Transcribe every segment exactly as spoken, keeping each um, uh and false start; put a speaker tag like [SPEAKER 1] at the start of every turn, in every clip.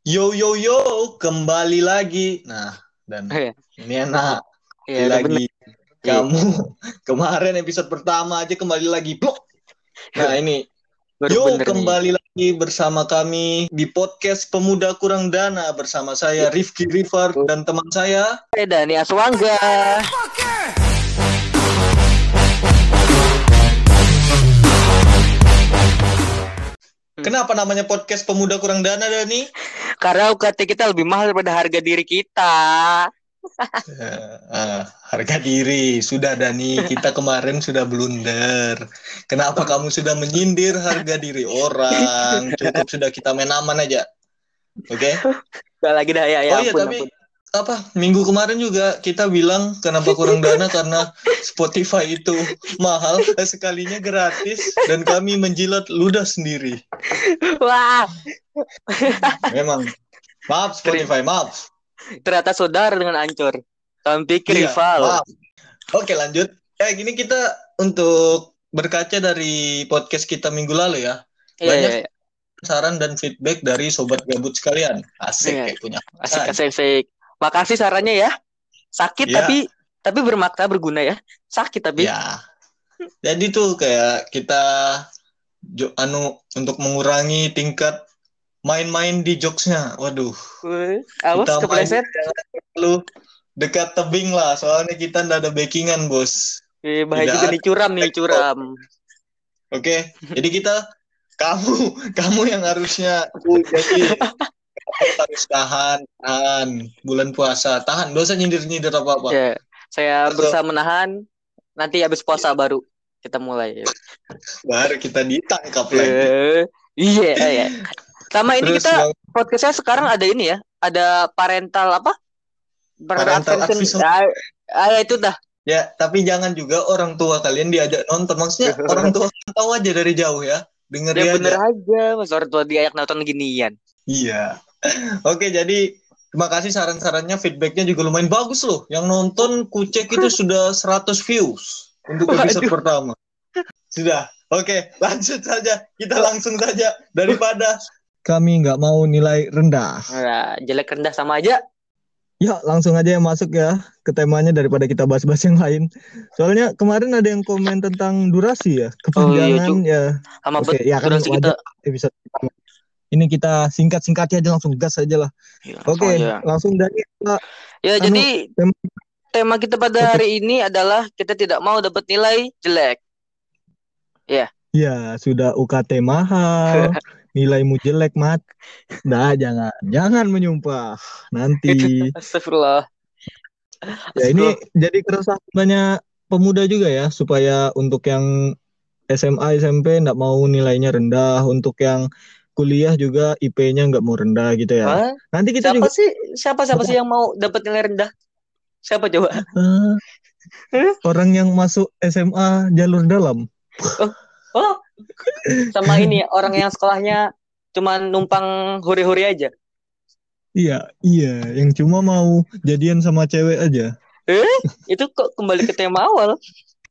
[SPEAKER 1] Yo yo yo, kembali lagi. Nah, dan
[SPEAKER 2] Iya,
[SPEAKER 1] ini enak.
[SPEAKER 2] iya,
[SPEAKER 1] Kembali
[SPEAKER 2] udah bener.
[SPEAKER 1] lagi.
[SPEAKER 2] Iya.
[SPEAKER 1] Kamu kemarin episode pertama aja kembali lagi. Blok. Nah, ini.
[SPEAKER 2] Baru
[SPEAKER 1] Yo,
[SPEAKER 2] bener nih.
[SPEAKER 1] kembali lagi bersama kami di podcast Pemuda Kurang Dana bersama saya
[SPEAKER 2] Iya.
[SPEAKER 1] Rifki Rifard dan teman saya.
[SPEAKER 2] Hey, Dani Aswangga.
[SPEAKER 1] Kenapa namanya podcast Pemuda Kurang Dana, Dani?
[SPEAKER 2] Karena U K T kita lebih mahal daripada harga diri kita.
[SPEAKER 1] Eh, ah, harga diri. Sudah, Dani. Kita kemarin sudah blunder. Kenapa kamu sudah menyindir harga diri orang? Cukup sudah, kita main aman aja. Oke?
[SPEAKER 2] Gak lagi dah ya, ya
[SPEAKER 1] Oh iya,
[SPEAKER 2] ampun,
[SPEAKER 1] tapi
[SPEAKER 2] ampun.
[SPEAKER 1] apa? Minggu kemarin juga kita bilang kenapa kurang dana karena Spotify itu mahal, sekalinya gratis dan kami menjilat ludah sendiri.
[SPEAKER 2] Wah,
[SPEAKER 1] Memang. Maaf Spotify, maaf.
[SPEAKER 2] ternyata saudara dengan Ancor. Kalian pikir
[SPEAKER 1] Iya,
[SPEAKER 2] rival.
[SPEAKER 1] maaf. Oke, lanjut. Ya, gini kita untuk berkaca dari podcast kita minggu lalu ya.
[SPEAKER 2] Iya, iya,
[SPEAKER 1] Banyak
[SPEAKER 2] iya.
[SPEAKER 1] saran dan feedback dari sobat gabut sekalian. Asik
[SPEAKER 2] Iya.
[SPEAKER 1] kayak punya
[SPEAKER 2] Asik,
[SPEAKER 1] saja.
[SPEAKER 2] asik, asik. Makasih sarannya ya. Sakit
[SPEAKER 1] Ya.
[SPEAKER 2] tapi tapi bermakna, berguna ya. Sakit tapi.
[SPEAKER 1] Ya. Jadi tuh kayak kita jo, anu untuk mengurangi tingkat main-main di jokesnya. Waduh.
[SPEAKER 2] Wih, awas
[SPEAKER 1] Kita main
[SPEAKER 2] kepleset.
[SPEAKER 1] jangan terlalu dekat tebing lah, soalnya kita ndak ada backingan, Bos.
[SPEAKER 2] Eh, bahaya
[SPEAKER 1] Tidak
[SPEAKER 2] juga
[SPEAKER 1] ada.
[SPEAKER 2] nih curam nih, curam.
[SPEAKER 1] Oke. Jadi kita kamu kamu yang harusnya uh, jadi kamu harus tahan, tahan bulan puasa, tahan, dosa nyindir-nyindir apa-apa.
[SPEAKER 2] Ya, saya
[SPEAKER 1] Atau
[SPEAKER 2] berusaha menahan. Nanti habis puasa baru kita mulai.
[SPEAKER 1] baru kita ditangkap lagi.
[SPEAKER 2] Eh, Iya, iya. Sama ini
[SPEAKER 1] Terus
[SPEAKER 2] kita
[SPEAKER 1] yang
[SPEAKER 2] podcastnya sekarang ada ini ya, ada parental apa?
[SPEAKER 1] parental
[SPEAKER 2] Advice.
[SPEAKER 1] advisory.
[SPEAKER 2] Ah, ah, itu dah.
[SPEAKER 1] Ya, tapi jangan juga orang tua kalian diajak nonton. Maksudnya orang tua kan tahu aja dari jauh ya.
[SPEAKER 2] Ya
[SPEAKER 1] Dengeri
[SPEAKER 2] bener
[SPEAKER 1] aja.
[SPEAKER 2] aja, mas orang tua diajak nonton ginian.
[SPEAKER 1] Iya. Oke, jadi terima kasih saran-sarannya, feedbacknya juga lumayan bagus loh. Yang nonton kucek itu sudah seratus views untuk episode
[SPEAKER 2] Waduh.
[SPEAKER 1] pertama. Sudah. Oke, lanjut saja. Kita langsung saja daripada kami nggak mau nilai rendah.
[SPEAKER 2] Nah, jelek rendah sama aja.
[SPEAKER 1] Ya, langsung aja yang masuk ya ke temanya daripada kita bahas-bahas yang lain. Soalnya kemarin ada yang komen tentang durasi ya,
[SPEAKER 2] Oh iya,
[SPEAKER 1] kepanjangan
[SPEAKER 2] Cuk.
[SPEAKER 1] ya.
[SPEAKER 2] Sama
[SPEAKER 1] Oke,
[SPEAKER 2] bet
[SPEAKER 1] ya kan
[SPEAKER 2] durasi kita.
[SPEAKER 1] wajar episode pertama. Ini kita singkat-singkatnya aja, langsung gas aja lah.
[SPEAKER 2] Ya, langsung
[SPEAKER 1] Oke,
[SPEAKER 2] aja.
[SPEAKER 1] langsung dari Pak.
[SPEAKER 2] Ya,
[SPEAKER 1] Anu,
[SPEAKER 2] jadi
[SPEAKER 1] tem-
[SPEAKER 2] tema kita pada
[SPEAKER 1] Oke.
[SPEAKER 2] hari ini adalah kita tidak mau dapat nilai jelek.
[SPEAKER 1] Ya, sudah U K T mahal, nilaimu jelek, Mat. Nah, jangan. Jangan menyumpah. Nanti.
[SPEAKER 2] Astagfirullah.
[SPEAKER 1] Ya, ini
[SPEAKER 2] Astagfirullah.
[SPEAKER 1] jadi keresahan banyak pemuda juga ya, supaya untuk yang S M A, S M P nggak mau nilainya rendah, untuk yang kuliah juga I P-nya nggak mau rendah gitu ya.
[SPEAKER 2] Hah?
[SPEAKER 1] Nanti kita
[SPEAKER 2] Siapa
[SPEAKER 1] juga
[SPEAKER 2] sih? Siapa siapa sih yang mau dapat nilai rendah? Siapa coba?
[SPEAKER 1] eh, orang yang masuk S M A jalur dalam.
[SPEAKER 2] Oh, sama ini orang yang sekolahnya cuma numpang hore-hore aja.
[SPEAKER 1] Iya, iya, yang cuma mau jadian sama cewek aja.
[SPEAKER 2] Eh, itu kok kembali ke tema awal.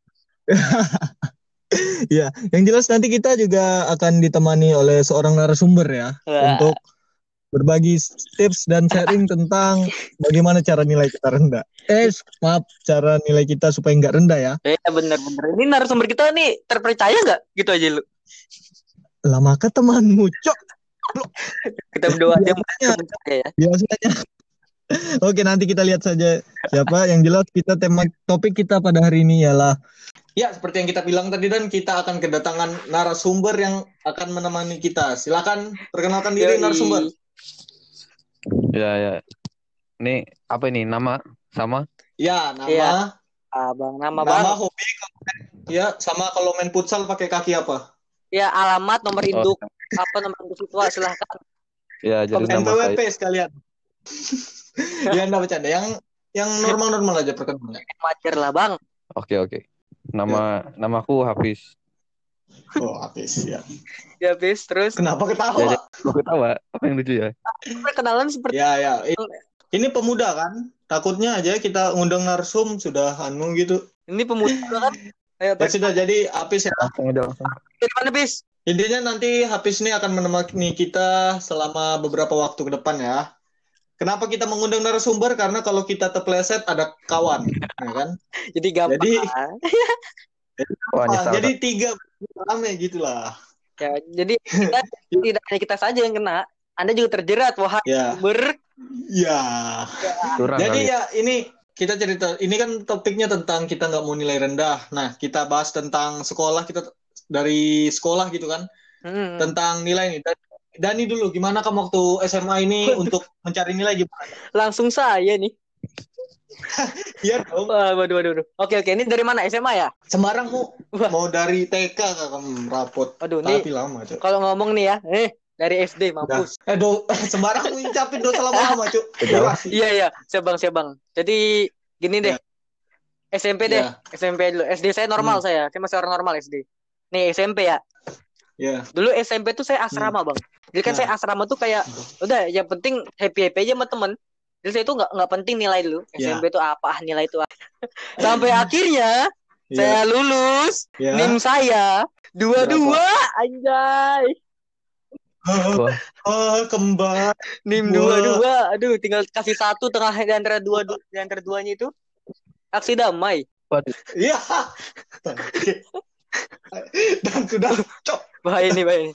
[SPEAKER 1] Ya, yang jelas nanti kita juga akan ditemani oleh seorang narasumber ya,
[SPEAKER 2] Wah.
[SPEAKER 1] untuk berbagi tips dan sharing tentang bagaimana cara nilai kita rendah. Eh, maaf, cara nilai kita supaya nggak rendah ya.
[SPEAKER 2] Eh, bener-bener. Ini narasumber kita nih terpercaya nggak? Gitu aja lu.
[SPEAKER 1] Lah maka temanmu, cok.
[SPEAKER 2] Kita berdua aja
[SPEAKER 1] Biasanya,
[SPEAKER 2] percaya ya.
[SPEAKER 1] biasanya. Oke, nanti kita lihat saja siapa. Yang jelas kita tema topik kita pada hari ini ialah, ya seperti yang kita bilang tadi, dan kita akan kedatangan narasumber yang akan menemani kita. Silakan perkenalkan diri
[SPEAKER 2] Yoi.
[SPEAKER 1] narasumber.
[SPEAKER 3] Ya, ya. Ini apa ini? Nama sama?
[SPEAKER 1] Ya, nama,
[SPEAKER 2] Iya. Abang, nama bang.
[SPEAKER 1] nama, hobi, ya, sama kalau main futsal pakai kaki apa?
[SPEAKER 2] Ya, alamat, nomor
[SPEAKER 3] Oh,
[SPEAKER 2] induk, apa nomor induk siswa, silahkan.
[SPEAKER 3] ya, jadi
[SPEAKER 1] M P
[SPEAKER 3] nama
[SPEAKER 1] W
[SPEAKER 3] saya.
[SPEAKER 1] P sekalian. Ya, enggak bercanda. Yang yang normal-normal aja perkenalannya.
[SPEAKER 2] Wajar lah bang.
[SPEAKER 3] Oke, oke. Nama namaku Hafiz.
[SPEAKER 1] Oh, habis ya.
[SPEAKER 2] Ya bis, terus
[SPEAKER 1] Kenapa
[SPEAKER 3] Ya,
[SPEAKER 1] ketawa?
[SPEAKER 3] jadi aku ketawa. Apa yang lucu ya?
[SPEAKER 2] perkenalan seperti
[SPEAKER 1] Ya, ya. Ini pemuda kan? Takutnya aja kita ngundang narsum sudah anu gitu.
[SPEAKER 2] ini pemuda kan. Ayo,
[SPEAKER 1] Ya sudah, jadi Apis ya.
[SPEAKER 3] Langsung aja langsung.
[SPEAKER 2] dari mana bis?
[SPEAKER 1] Intinya nanti Hafiz ini akan menemani kita selama beberapa waktu ke depan ya. Kenapa kita mengundang narasumber? Karena kalau kita terpleset ada kawan, ya kan?
[SPEAKER 2] Jadi gampang.
[SPEAKER 1] Jadi,
[SPEAKER 3] Oh, hanya
[SPEAKER 1] ah,
[SPEAKER 3] salah
[SPEAKER 1] jadi tiga rame gitulah.
[SPEAKER 2] Ya, jadi kita tidak hanya kita saja yang kena. Anda juga terjerat, wahai
[SPEAKER 1] Ya.
[SPEAKER 2] ber.
[SPEAKER 1] Ya.
[SPEAKER 3] curang
[SPEAKER 1] Jadi
[SPEAKER 3] kali.
[SPEAKER 1] ya ini kita cerita. Ini kan topiknya tentang kita nggak mau nilai rendah. Nah, kita bahas tentang sekolah kita dari sekolah gitu kan.
[SPEAKER 2] Hmm.
[SPEAKER 1] Tentang nilai nih. Dan- Dani dulu, gimana kamu waktu S M A ini untuk mencari nilai gimana?
[SPEAKER 2] Langsung saya nih.
[SPEAKER 1] Iya dong.
[SPEAKER 2] Wah, waduh, waduh, waduh. Oke, oke. Ini dari mana? S M A ya?
[SPEAKER 1] Semarang mau
[SPEAKER 2] Wah.
[SPEAKER 1] mau dari T K kah kamu rapot.
[SPEAKER 2] Waduh, ini
[SPEAKER 1] Tapi lama, Cuk.
[SPEAKER 2] kalau ngomong nih ya, eh dari S D
[SPEAKER 1] Udah.
[SPEAKER 2] mampus.
[SPEAKER 1] Eh, do Semarang ngucapin do lama-lama, Cuk.
[SPEAKER 3] Jauh.
[SPEAKER 1] Durasi.
[SPEAKER 2] Iya, iya. Sebang, sebang. Jadi gini deh.
[SPEAKER 1] Ya.
[SPEAKER 2] S M P deh.
[SPEAKER 1] Ya.
[SPEAKER 2] S M P dulu. S D saya normal saya. Saya masih orang normal S D. Nih S M P ya.
[SPEAKER 1] Ya.
[SPEAKER 2] Dulu S M P tuh saya asrama, Bang. Jadi kan
[SPEAKER 1] Nah.
[SPEAKER 2] saya asrama tuh kayak udah yang penting happy-happy aja sama temen. Jadi saya tuh nggak nggak penting nilai dulu.
[SPEAKER 1] Ya.
[SPEAKER 2] S M P tuh apa? Ah, nilai itu apa. Sampai akhirnya
[SPEAKER 1] Ya.
[SPEAKER 2] saya lulus.
[SPEAKER 1] Ya.
[SPEAKER 2] N I M saya dua-dua, anjay.
[SPEAKER 3] Wah,
[SPEAKER 1] Oh, kembar.
[SPEAKER 2] N I M
[SPEAKER 1] Wah.
[SPEAKER 2] dua-dua. Aduh, tinggal kasih satu tengah di antara dua du- di antara duanya itu. Aksi damai.
[SPEAKER 3] waduh.
[SPEAKER 1] Iya. Dan sudah cok.
[SPEAKER 2] Bahaya nih, bahaya nih.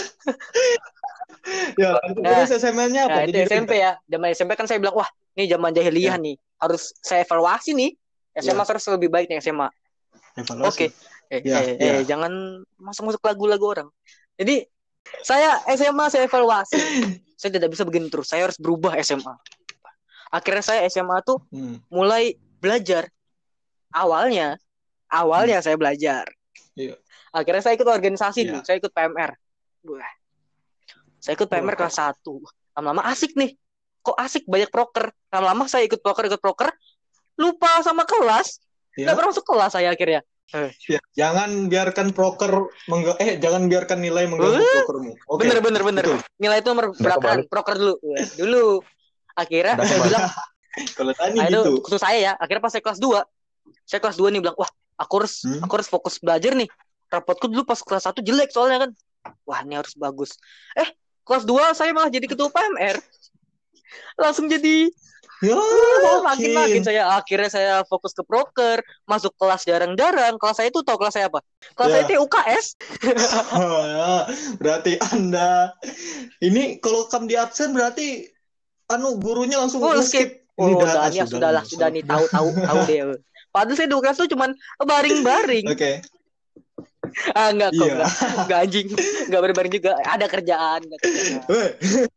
[SPEAKER 1] Ya,
[SPEAKER 2] Nah,
[SPEAKER 1] terus S M L-nya apa?
[SPEAKER 2] Nah, itu
[SPEAKER 1] Jadi-
[SPEAKER 2] S M P ya. Zaman S M P kan saya bilang, wah, nih zaman jahiliyah nih. Harus saya evaluasi nih. S M A
[SPEAKER 1] Ya.
[SPEAKER 2] harus lebih baik nih S M A.
[SPEAKER 1] Evaluasi.
[SPEAKER 2] Oke. Eh,
[SPEAKER 1] Ya,
[SPEAKER 2] eh,
[SPEAKER 1] ya.
[SPEAKER 2] eh, jangan masuk-masuk lagu-lagu orang. Jadi, saya S M A saya evaluasi. Saya tidak bisa begini terus. Saya harus berubah S M A. Akhirnya saya S M A tuh
[SPEAKER 1] Hmm.
[SPEAKER 2] mulai belajar. Awalnya, awalnya saya belajar.
[SPEAKER 1] Iya.
[SPEAKER 2] Akhirnya saya ikut organisasi
[SPEAKER 1] Iya.
[SPEAKER 2] dulu. Saya ikut P M R. Wah. Saya ikut P M R
[SPEAKER 1] Wah.
[SPEAKER 2] kelas satu. Lama-lama asik nih. Kok asik banyak proker. Lama-lama saya ikut proker, ikut proker. Lupa sama kelas.
[SPEAKER 1] Ya.
[SPEAKER 2] Nggak pernah masuk kelas saya akhirnya.
[SPEAKER 1] Ya. Jangan biarkan proker mengga- eh jangan biarkan nilai mengganggu
[SPEAKER 2] Uh,
[SPEAKER 1] prokermu. Oke.
[SPEAKER 2] Bener, bener, bener.
[SPEAKER 1] Betul.
[SPEAKER 2] Nilai itu nomor
[SPEAKER 3] Udah
[SPEAKER 2] berapaan?
[SPEAKER 3] kebalik.
[SPEAKER 2] Proker dulu. Wah, dulu. Akhirnya
[SPEAKER 3] Udah
[SPEAKER 2] saya
[SPEAKER 3] kebalik.
[SPEAKER 2] bilang,
[SPEAKER 1] Kalau tadi
[SPEAKER 2] nah, itu
[SPEAKER 1] gitu.
[SPEAKER 2] khusus saya ya. Akhirnya pas saya kelas dua. Saya kelas dua nih bilang, wah, aku harus
[SPEAKER 1] Hmm.
[SPEAKER 2] aku harus fokus belajar nih. Rapotku dulu pas kelas satu jelek soalnya kan. Wah, ini harus bagus. Eh, kelas dua saya malah jadi ketua P M R. Langsung jadi
[SPEAKER 1] Ya,
[SPEAKER 2] oh, makin makin
[SPEAKER 1] makin.
[SPEAKER 2] saya akhirnya saya fokus ke proker, masuk kelas jarang-jarang. Kelas saya itu tahu kelas saya apa? Kelas
[SPEAKER 1] Ya.
[SPEAKER 2] saya itu U K S.
[SPEAKER 1] Oh, ya. Berarti Anda ini kalau kamu di absen berarti anu gurunya langsung
[SPEAKER 2] Oh,
[SPEAKER 1] skip.
[SPEAKER 2] Oh,
[SPEAKER 1] Ini
[SPEAKER 2] udah
[SPEAKER 1] dah-
[SPEAKER 2] nih, sudah lah, sudah nih tahu tahu tahu deh. Padahal saya di U K S tuh cuman baring-baring.
[SPEAKER 1] Oke.
[SPEAKER 2] Ah, enggak kok,
[SPEAKER 1] Iya.
[SPEAKER 2] enggak. Enggak anjing. Enggak baring-baring juga. Ada kerjaan, ada kerjaan.
[SPEAKER 1] Weh.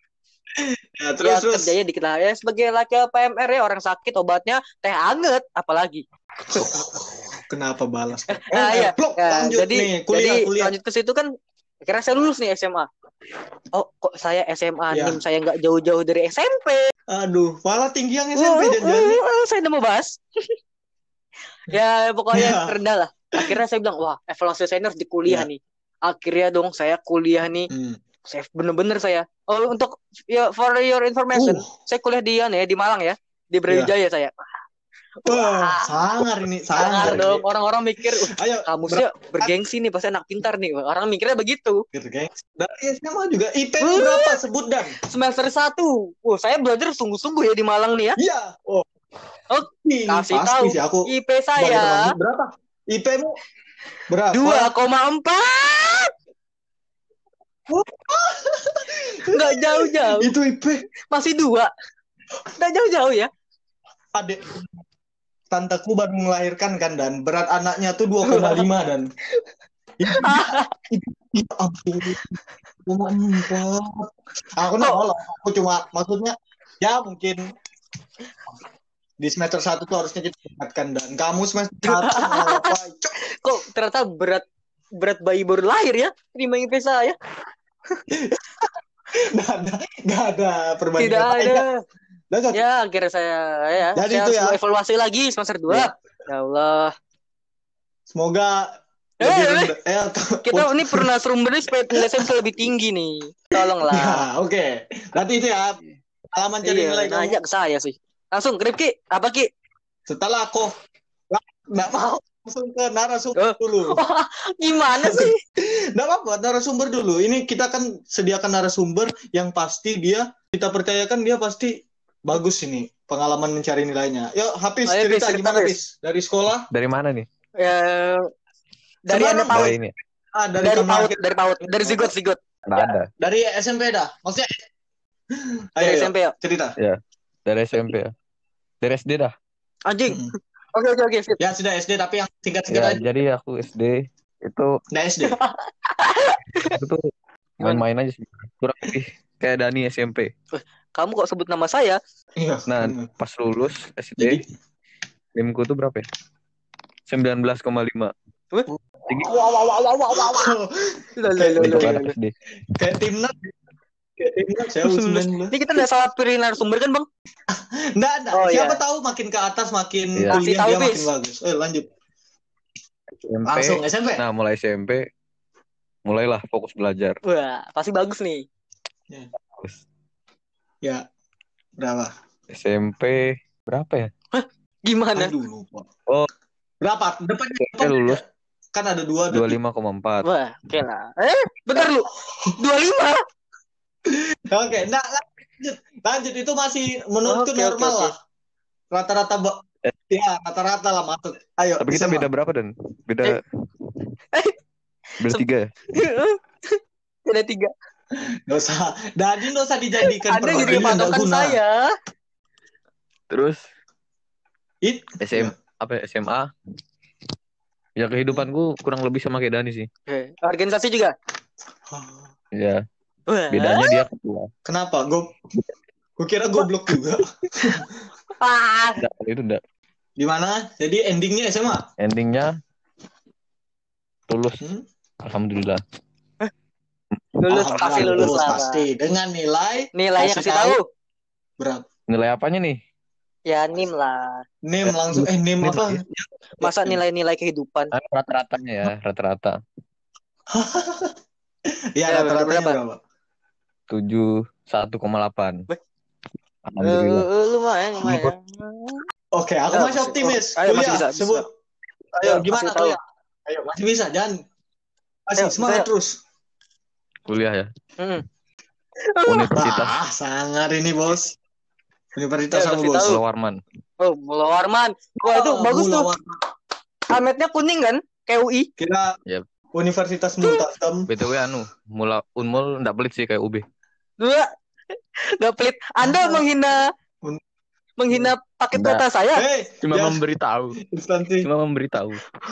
[SPEAKER 1] Ya, terus
[SPEAKER 2] Ya,
[SPEAKER 1] terus.
[SPEAKER 2] kerjanya dikit lah. Ya, sebagai laki P M R ya, orang sakit obatnya teh anget, apalagi.
[SPEAKER 1] Kenapa balas? Eh,
[SPEAKER 2] Ah,
[SPEAKER 1] eh,
[SPEAKER 2] iya.
[SPEAKER 1] blok,
[SPEAKER 2] Ya,
[SPEAKER 1] lanjut
[SPEAKER 2] jadi
[SPEAKER 1] nih, kuliah,
[SPEAKER 2] jadi
[SPEAKER 1] kuliah.
[SPEAKER 2] lanjut ke situ kan akhirnya saya lulus nih S M A. Oh, kok saya S M A
[SPEAKER 1] Ya.
[SPEAKER 2] N I M saya nggak jauh-jauh dari S M P.
[SPEAKER 1] Aduh, malah tinggi yang S M P
[SPEAKER 2] Uh,
[SPEAKER 1] jangan-jangan.
[SPEAKER 2] uh, saya udah mau bahas. Ya, pokoknya
[SPEAKER 1] Ya.
[SPEAKER 2] rendah lah. Akhirnya saya bilang, wah, evaluasi saya ini harus di kuliah
[SPEAKER 1] Ya.
[SPEAKER 2] nih. Akhirnya dong saya kuliah nih.
[SPEAKER 1] Hmm.
[SPEAKER 2] Saya bener-bener saya. Oh, untuk ya for your information,
[SPEAKER 1] Uh.
[SPEAKER 2] saya kuliah di ya, di Malang ya, di Brawijaya saya.
[SPEAKER 1] Wah, sangar ini,
[SPEAKER 2] Sangar
[SPEAKER 1] sangar.
[SPEAKER 2] dong.
[SPEAKER 1] ini.
[SPEAKER 2] Orang-orang mikir, uh,
[SPEAKER 1] Ayo,
[SPEAKER 2] kamusnya bergengsi nih, pasti anak pintar nih. Orang mikirnya begitu.
[SPEAKER 1] berakhir, gengs. Dari S M A juga. I P mu berapa? Sebut dan.
[SPEAKER 2] Semester satu. Wah, saya belajar sungguh-sungguh ya di Malang nih ya.
[SPEAKER 1] Iya. Oh.
[SPEAKER 2] Oh,
[SPEAKER 1] Ih,
[SPEAKER 2] kasih
[SPEAKER 1] pasti
[SPEAKER 2] tahu.
[SPEAKER 1] sih aku.
[SPEAKER 2] I P saya
[SPEAKER 1] Berapa? I P-mu berapa?
[SPEAKER 2] dua koma empat. Nggak jauh-jauh.
[SPEAKER 1] Itu I P.
[SPEAKER 2] Masih dua. Nggak jauh-jauh ya.
[SPEAKER 1] Adik tanteku baru melahirkan kan, dan berat anaknya tuh dua koma lima dan itu, itu, ya ampun, cuma empat. Aku nggak
[SPEAKER 2] Kok-
[SPEAKER 1] lolos, aku cuma maksudnya ya mungkin di semester satu tuh harusnya kita tingkatkan, dan kamu semester satu mau apa? Cok.
[SPEAKER 2] Kok ternyata berat berat bayi baru lahir ya terima I P saya.
[SPEAKER 1] Nggak ada, nggak ada perbandingan.
[SPEAKER 2] Tidak
[SPEAKER 1] lain,
[SPEAKER 2] ada.
[SPEAKER 1] kan? Udah, Cok.
[SPEAKER 2] Ya akhirnya saya ya
[SPEAKER 1] Jadi
[SPEAKER 2] saya
[SPEAKER 1] itu
[SPEAKER 2] harus
[SPEAKER 1] ya.
[SPEAKER 2] evaluasi lagi semester dua.
[SPEAKER 1] Ya.
[SPEAKER 2] Ya Allah.
[SPEAKER 1] Semoga
[SPEAKER 2] Eh,
[SPEAKER 1] lebih
[SPEAKER 2] eh,
[SPEAKER 1] rendah. Eh,
[SPEAKER 2] Kita ini pernah serumbernya supaya nilai saya bisa lebih tinggi nih. Tolonglah.
[SPEAKER 1] ya, oke. Berarti itu ya pengalaman cari
[SPEAKER 2] Iya,
[SPEAKER 1] nilai kamu.
[SPEAKER 2] nanya ke saya sih. Langsung, Rifki, apa Ki?
[SPEAKER 1] Setelah aku nggak mau langsung ke narasumber
[SPEAKER 2] Oh.
[SPEAKER 1] dulu.
[SPEAKER 2] Wah, gimana sih?
[SPEAKER 1] Nggak apa-apa, narasumber dulu. Ini kita kan sediakan narasumber yang pasti dia, kita percayakan dia pasti bagus ini pengalaman mencari nilainya. Yuk, Hafiz
[SPEAKER 2] Ayo,
[SPEAKER 1] cerita
[SPEAKER 2] Fis, cerita,
[SPEAKER 1] gimana,
[SPEAKER 2] Fis.
[SPEAKER 1] Hafiz? Dari sekolah?
[SPEAKER 3] Dari mana nih?
[SPEAKER 2] Ya, dari
[SPEAKER 1] Sembarang,
[SPEAKER 2] Anda
[SPEAKER 1] Boy.
[SPEAKER 2] PAUD,
[SPEAKER 3] Dari ini.
[SPEAKER 1] Ah, dari,
[SPEAKER 2] dari
[SPEAKER 1] kami
[SPEAKER 2] PAUD,
[SPEAKER 1] akhir.
[SPEAKER 2] dari PAUD, dari Zigot, Zigot.
[SPEAKER 3] Nggak ada.
[SPEAKER 1] Dari S M P dah. Maksudnya
[SPEAKER 2] Dari
[SPEAKER 1] ayo,
[SPEAKER 2] S M P ya.
[SPEAKER 1] cerita.
[SPEAKER 3] Ya. Dari S M P ya. Dari S D dah.
[SPEAKER 2] Anjing.
[SPEAKER 1] Mm.
[SPEAKER 2] Oke, oke, oke, sip.
[SPEAKER 1] Ya sudah S D tapi yang singkat-singkat
[SPEAKER 3] Ya,
[SPEAKER 1] aja.
[SPEAKER 3] jadi aku S D itu
[SPEAKER 1] Nah, S D.
[SPEAKER 3] itu tuh main-main aja sih. Kurang lebih kayak Dani S M P.
[SPEAKER 2] Kamu kok sebut nama saya?
[SPEAKER 1] Iya.
[SPEAKER 3] Nah,
[SPEAKER 1] bener.
[SPEAKER 3] pas lulus S
[SPEAKER 1] Jadi
[SPEAKER 3] D, NIMku tuh berapa ya? sembilan belas koma lima.
[SPEAKER 2] Wah,
[SPEAKER 3] Tinggi.
[SPEAKER 2] wah, wah, wah, wah, wah, wah. Loh, loh, loh,
[SPEAKER 3] Itu
[SPEAKER 2] loh,
[SPEAKER 3] kan
[SPEAKER 2] loh.
[SPEAKER 3] S D.
[SPEAKER 1] kayak timnas. Kayak timnas ya U sembilan belas.
[SPEAKER 2] Ini kita nggak salah pilih narasumber kan, Bang?
[SPEAKER 1] Nggak ada.
[SPEAKER 2] Oh,
[SPEAKER 1] Siapa
[SPEAKER 2] iya.
[SPEAKER 1] tahu makin ke atas makin
[SPEAKER 3] Iya.
[SPEAKER 2] Kasih
[SPEAKER 1] kuliah
[SPEAKER 2] tahu,
[SPEAKER 1] dia
[SPEAKER 2] Fis.
[SPEAKER 1] makin bagus. Eh lanjut.
[SPEAKER 3] S M P.
[SPEAKER 1] Langsung S M P.
[SPEAKER 3] Nah, mulai S M P mulailah fokus belajar.
[SPEAKER 2] Wah, pasti bagus nih.
[SPEAKER 3] Terus
[SPEAKER 1] Ya. Berapa?
[SPEAKER 3] S M P berapa ya?
[SPEAKER 2] Gimana?
[SPEAKER 1] Aduh lupa.
[SPEAKER 3] Oh.
[SPEAKER 1] Berapa? Depannya
[SPEAKER 3] S M P
[SPEAKER 1] depannya
[SPEAKER 3] lulus
[SPEAKER 1] kan ada dua.
[SPEAKER 3] dua puluh lima koma empat.
[SPEAKER 2] Wah, oke lah. Eh, bentar lu. dua puluh lima.
[SPEAKER 1] Oke, nah lanjut. Lanjut itu masih menurutku
[SPEAKER 2] Oke, oke,
[SPEAKER 1] normal
[SPEAKER 2] oke.
[SPEAKER 1] lah. Rata-rata ba- ya rata-rata lah masuk. Ayo.
[SPEAKER 3] Tapi kita
[SPEAKER 1] S M A.
[SPEAKER 3] beda berapa dan? Beda beda
[SPEAKER 2] Sem-
[SPEAKER 3] tiga ya?
[SPEAKER 2] Ada tiga.
[SPEAKER 1] Nggak usah. Dadi nggak usah dijadikan
[SPEAKER 2] Anda jadi
[SPEAKER 1] perbandingan nggak
[SPEAKER 2] patokan
[SPEAKER 1] guna.
[SPEAKER 2] saya.
[SPEAKER 3] Terus
[SPEAKER 1] It.
[SPEAKER 3] S M apa ya, S M A? Ya kehidupanku kurang lebih sama kayak Dani sih.
[SPEAKER 2] Eh, organisasi juga.
[SPEAKER 3] Ya,
[SPEAKER 2] Wah.
[SPEAKER 3] bedanya dia ketua.
[SPEAKER 1] Kenapa? Gue gue kira goblok juga.
[SPEAKER 2] Ah,
[SPEAKER 3] Enggak, itu enggak.
[SPEAKER 1] Gimana? Jadi endingnya S M A?
[SPEAKER 3] Endingnya lulus.
[SPEAKER 1] Hmm?
[SPEAKER 3] Alhamdulillah.
[SPEAKER 2] lulus
[SPEAKER 1] Alhamdulillah,
[SPEAKER 2] pasti lulus lah. Bang.
[SPEAKER 1] pasti dengan nilai
[SPEAKER 2] Nilainya
[SPEAKER 1] kasih
[SPEAKER 2] kasih tahu.
[SPEAKER 1] berapa?
[SPEAKER 3] Nilai apanya nih?
[SPEAKER 2] Ya, nim lah.
[SPEAKER 1] Name langsung eh name
[SPEAKER 3] Nim
[SPEAKER 1] apa?
[SPEAKER 3] lah
[SPEAKER 2] Masa nilai-nilai kehidupan.
[SPEAKER 3] Kan rata-ratanya ya, rata-rata
[SPEAKER 1] Ya,
[SPEAKER 2] Ya,
[SPEAKER 1] rata-ratanya
[SPEAKER 2] berapa?
[SPEAKER 1] berapa?
[SPEAKER 3] tujuh puluh satu koma delapan.
[SPEAKER 2] Weh.
[SPEAKER 3] Alhamdulillah.
[SPEAKER 2] Eh, lumayan, lumayan.
[SPEAKER 1] Oke, aku
[SPEAKER 2] Ya,
[SPEAKER 1] masih
[SPEAKER 2] masih-
[SPEAKER 1] optimis.
[SPEAKER 2] Ayo, masih
[SPEAKER 1] Kuliah,
[SPEAKER 2] bisa, bisa.
[SPEAKER 1] sebut. Ayo,
[SPEAKER 2] Ya,
[SPEAKER 1] gimana
[SPEAKER 2] masih tahu.
[SPEAKER 1] kuliah? Ayo, masih bisa, jangan. Masih
[SPEAKER 2] Ayo,
[SPEAKER 1] semangat
[SPEAKER 2] bisa.
[SPEAKER 1] terus.
[SPEAKER 3] Kuliah ya.
[SPEAKER 2] Hmm.
[SPEAKER 3] Universitas
[SPEAKER 1] Ah, sangar ini, Bos. Universitas
[SPEAKER 2] Ya,
[SPEAKER 1] apa,
[SPEAKER 2] kasih
[SPEAKER 1] Bos?
[SPEAKER 2] tahu.
[SPEAKER 3] Pulau Warman.
[SPEAKER 2] Oh, Mula Warman. Wah, itu
[SPEAKER 1] Oh,
[SPEAKER 2] bagus tuh.
[SPEAKER 1] Mula
[SPEAKER 2] Almetnya kuning kan? Kayak U I.
[SPEAKER 1] Kira
[SPEAKER 3] Yep.
[SPEAKER 1] Universitas Multasem.
[SPEAKER 3] B T W anu, Mula Unmul enggak pelit sih kayak U B.
[SPEAKER 2] Dua. Gak pelit. Anda
[SPEAKER 1] Ah.
[SPEAKER 2] menghina
[SPEAKER 1] Un-
[SPEAKER 2] menghina paket
[SPEAKER 3] Nggak.
[SPEAKER 2] kota saya.
[SPEAKER 1] Hei,
[SPEAKER 3] Cuma
[SPEAKER 1] ya,
[SPEAKER 3] memberitahu.
[SPEAKER 1] instansi.
[SPEAKER 3] Cuma memberitahu.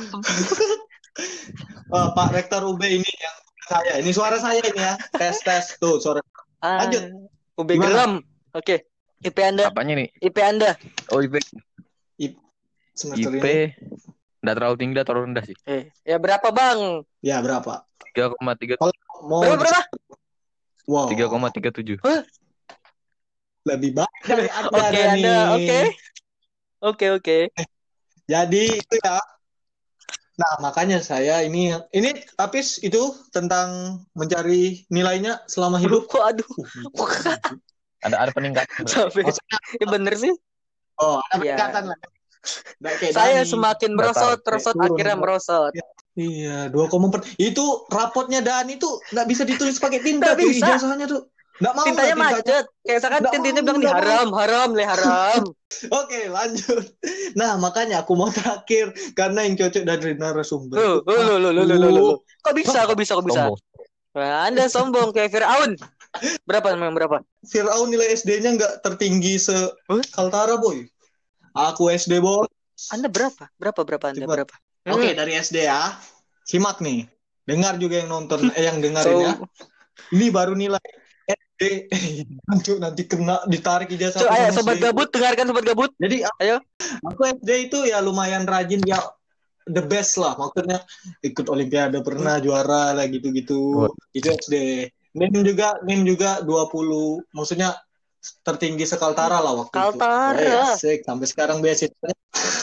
[SPEAKER 1] Oh, Pak Rektor U B ini yang saya. Ini suara saya ini ya. Tes tes tuh suara.
[SPEAKER 2] Ah,
[SPEAKER 1] Lanjut.
[SPEAKER 2] U B
[SPEAKER 1] Gimana?
[SPEAKER 2] geram. Oke. I P Anda.
[SPEAKER 3] Apanya nih?
[SPEAKER 2] I P Anda.
[SPEAKER 3] Oh, I P.
[SPEAKER 1] Semester
[SPEAKER 3] I P
[SPEAKER 1] ini.
[SPEAKER 3] enggak terlalu tinggi, enggak terlalu rendah sih.
[SPEAKER 2] Eh, ya berapa, Bang?
[SPEAKER 1] Ya, berapa?
[SPEAKER 3] tiga koma tiga
[SPEAKER 1] Mau
[SPEAKER 2] Berapa berapa?
[SPEAKER 1] Wow.
[SPEAKER 3] tiga koma tiga tujuh.
[SPEAKER 1] Lebih baik dari Anda
[SPEAKER 2] Oke,
[SPEAKER 1] nih.
[SPEAKER 2] Anda. Oke. Oke, oke.
[SPEAKER 1] Jadi itu ya. Nah, makanya saya ini ini Apis itu tentang mencari nilainya selama hidup.
[SPEAKER 2] Kok aduh.
[SPEAKER 3] Ada ada peningkatan.
[SPEAKER 2] Sampai.
[SPEAKER 1] Maksudnya,
[SPEAKER 2] Ya bener sih.
[SPEAKER 1] oh, ada
[SPEAKER 2] Iya.
[SPEAKER 1] peningkatan lah. Nggak kayak
[SPEAKER 2] Saya
[SPEAKER 1] Dani.
[SPEAKER 2] semakin
[SPEAKER 3] Nggak
[SPEAKER 2] merosot,
[SPEAKER 3] tahu.
[SPEAKER 2] merosot
[SPEAKER 1] Turun.
[SPEAKER 2] akhirnya merosot.
[SPEAKER 1] Iya, dua koma empat. Itu rapotnya Dani tuh nggak bisa ditulis pakai tinta
[SPEAKER 2] Nggak
[SPEAKER 1] tuh,
[SPEAKER 2] bisa.
[SPEAKER 1] ijazahnya tuh. Nggak mau
[SPEAKER 2] Tintanya
[SPEAKER 1] lah tintanya.
[SPEAKER 2] macet. Kayak misalkan
[SPEAKER 1] Nggak
[SPEAKER 2] tintinnya
[SPEAKER 1] mau,
[SPEAKER 2] bilang nih
[SPEAKER 1] nggak mau.
[SPEAKER 2] haram, haram, le haram.
[SPEAKER 1] Oke, lanjut. Nah, makanya aku mau terakhir karena yang cocok dari narasumber.
[SPEAKER 2] Loh, loh, loh, loh, loh, loh, loh, loh. Kok bisa, kok bisa, kok bisa?
[SPEAKER 3] Sombong.
[SPEAKER 2] Nah, Anda sombong kayak Fir'aun. Berapa memang berapa?
[SPEAKER 1] Fir'aun nilai S D-nya nggak tertinggi se
[SPEAKER 2] Huh?
[SPEAKER 1] Kaltara, boy. Aku S D, boy.
[SPEAKER 2] Anda berapa? Berapa berapa Anda
[SPEAKER 1] Cepat.
[SPEAKER 2] berapa?
[SPEAKER 1] Oke,
[SPEAKER 2] Hmm.
[SPEAKER 1] dari S D ya. Simak nih. Dengar juga yang nonton, eh yang dengerin
[SPEAKER 2] So,
[SPEAKER 1] ya. Ini baru nilai S D. Nanti nanti kena ditarik ijazah.
[SPEAKER 2] so,
[SPEAKER 1] aku
[SPEAKER 2] ayo
[SPEAKER 1] sama
[SPEAKER 2] sobat
[SPEAKER 1] S D.
[SPEAKER 2] gabut, dengarkan sobat gabut.
[SPEAKER 1] Jadi
[SPEAKER 2] Ayo.
[SPEAKER 1] aku S D itu ya lumayan rajin ya, the best lah. Maksudnya ikut olimpiade pernah juara lah gitu-gitu. Itu S D. Nim juga Nim juga dua puluh. Maksudnya tertinggi sekaltara lah waktu
[SPEAKER 2] Kaltara.
[SPEAKER 1] itu. Eh, asik. Sampai sekarang beasiswanya.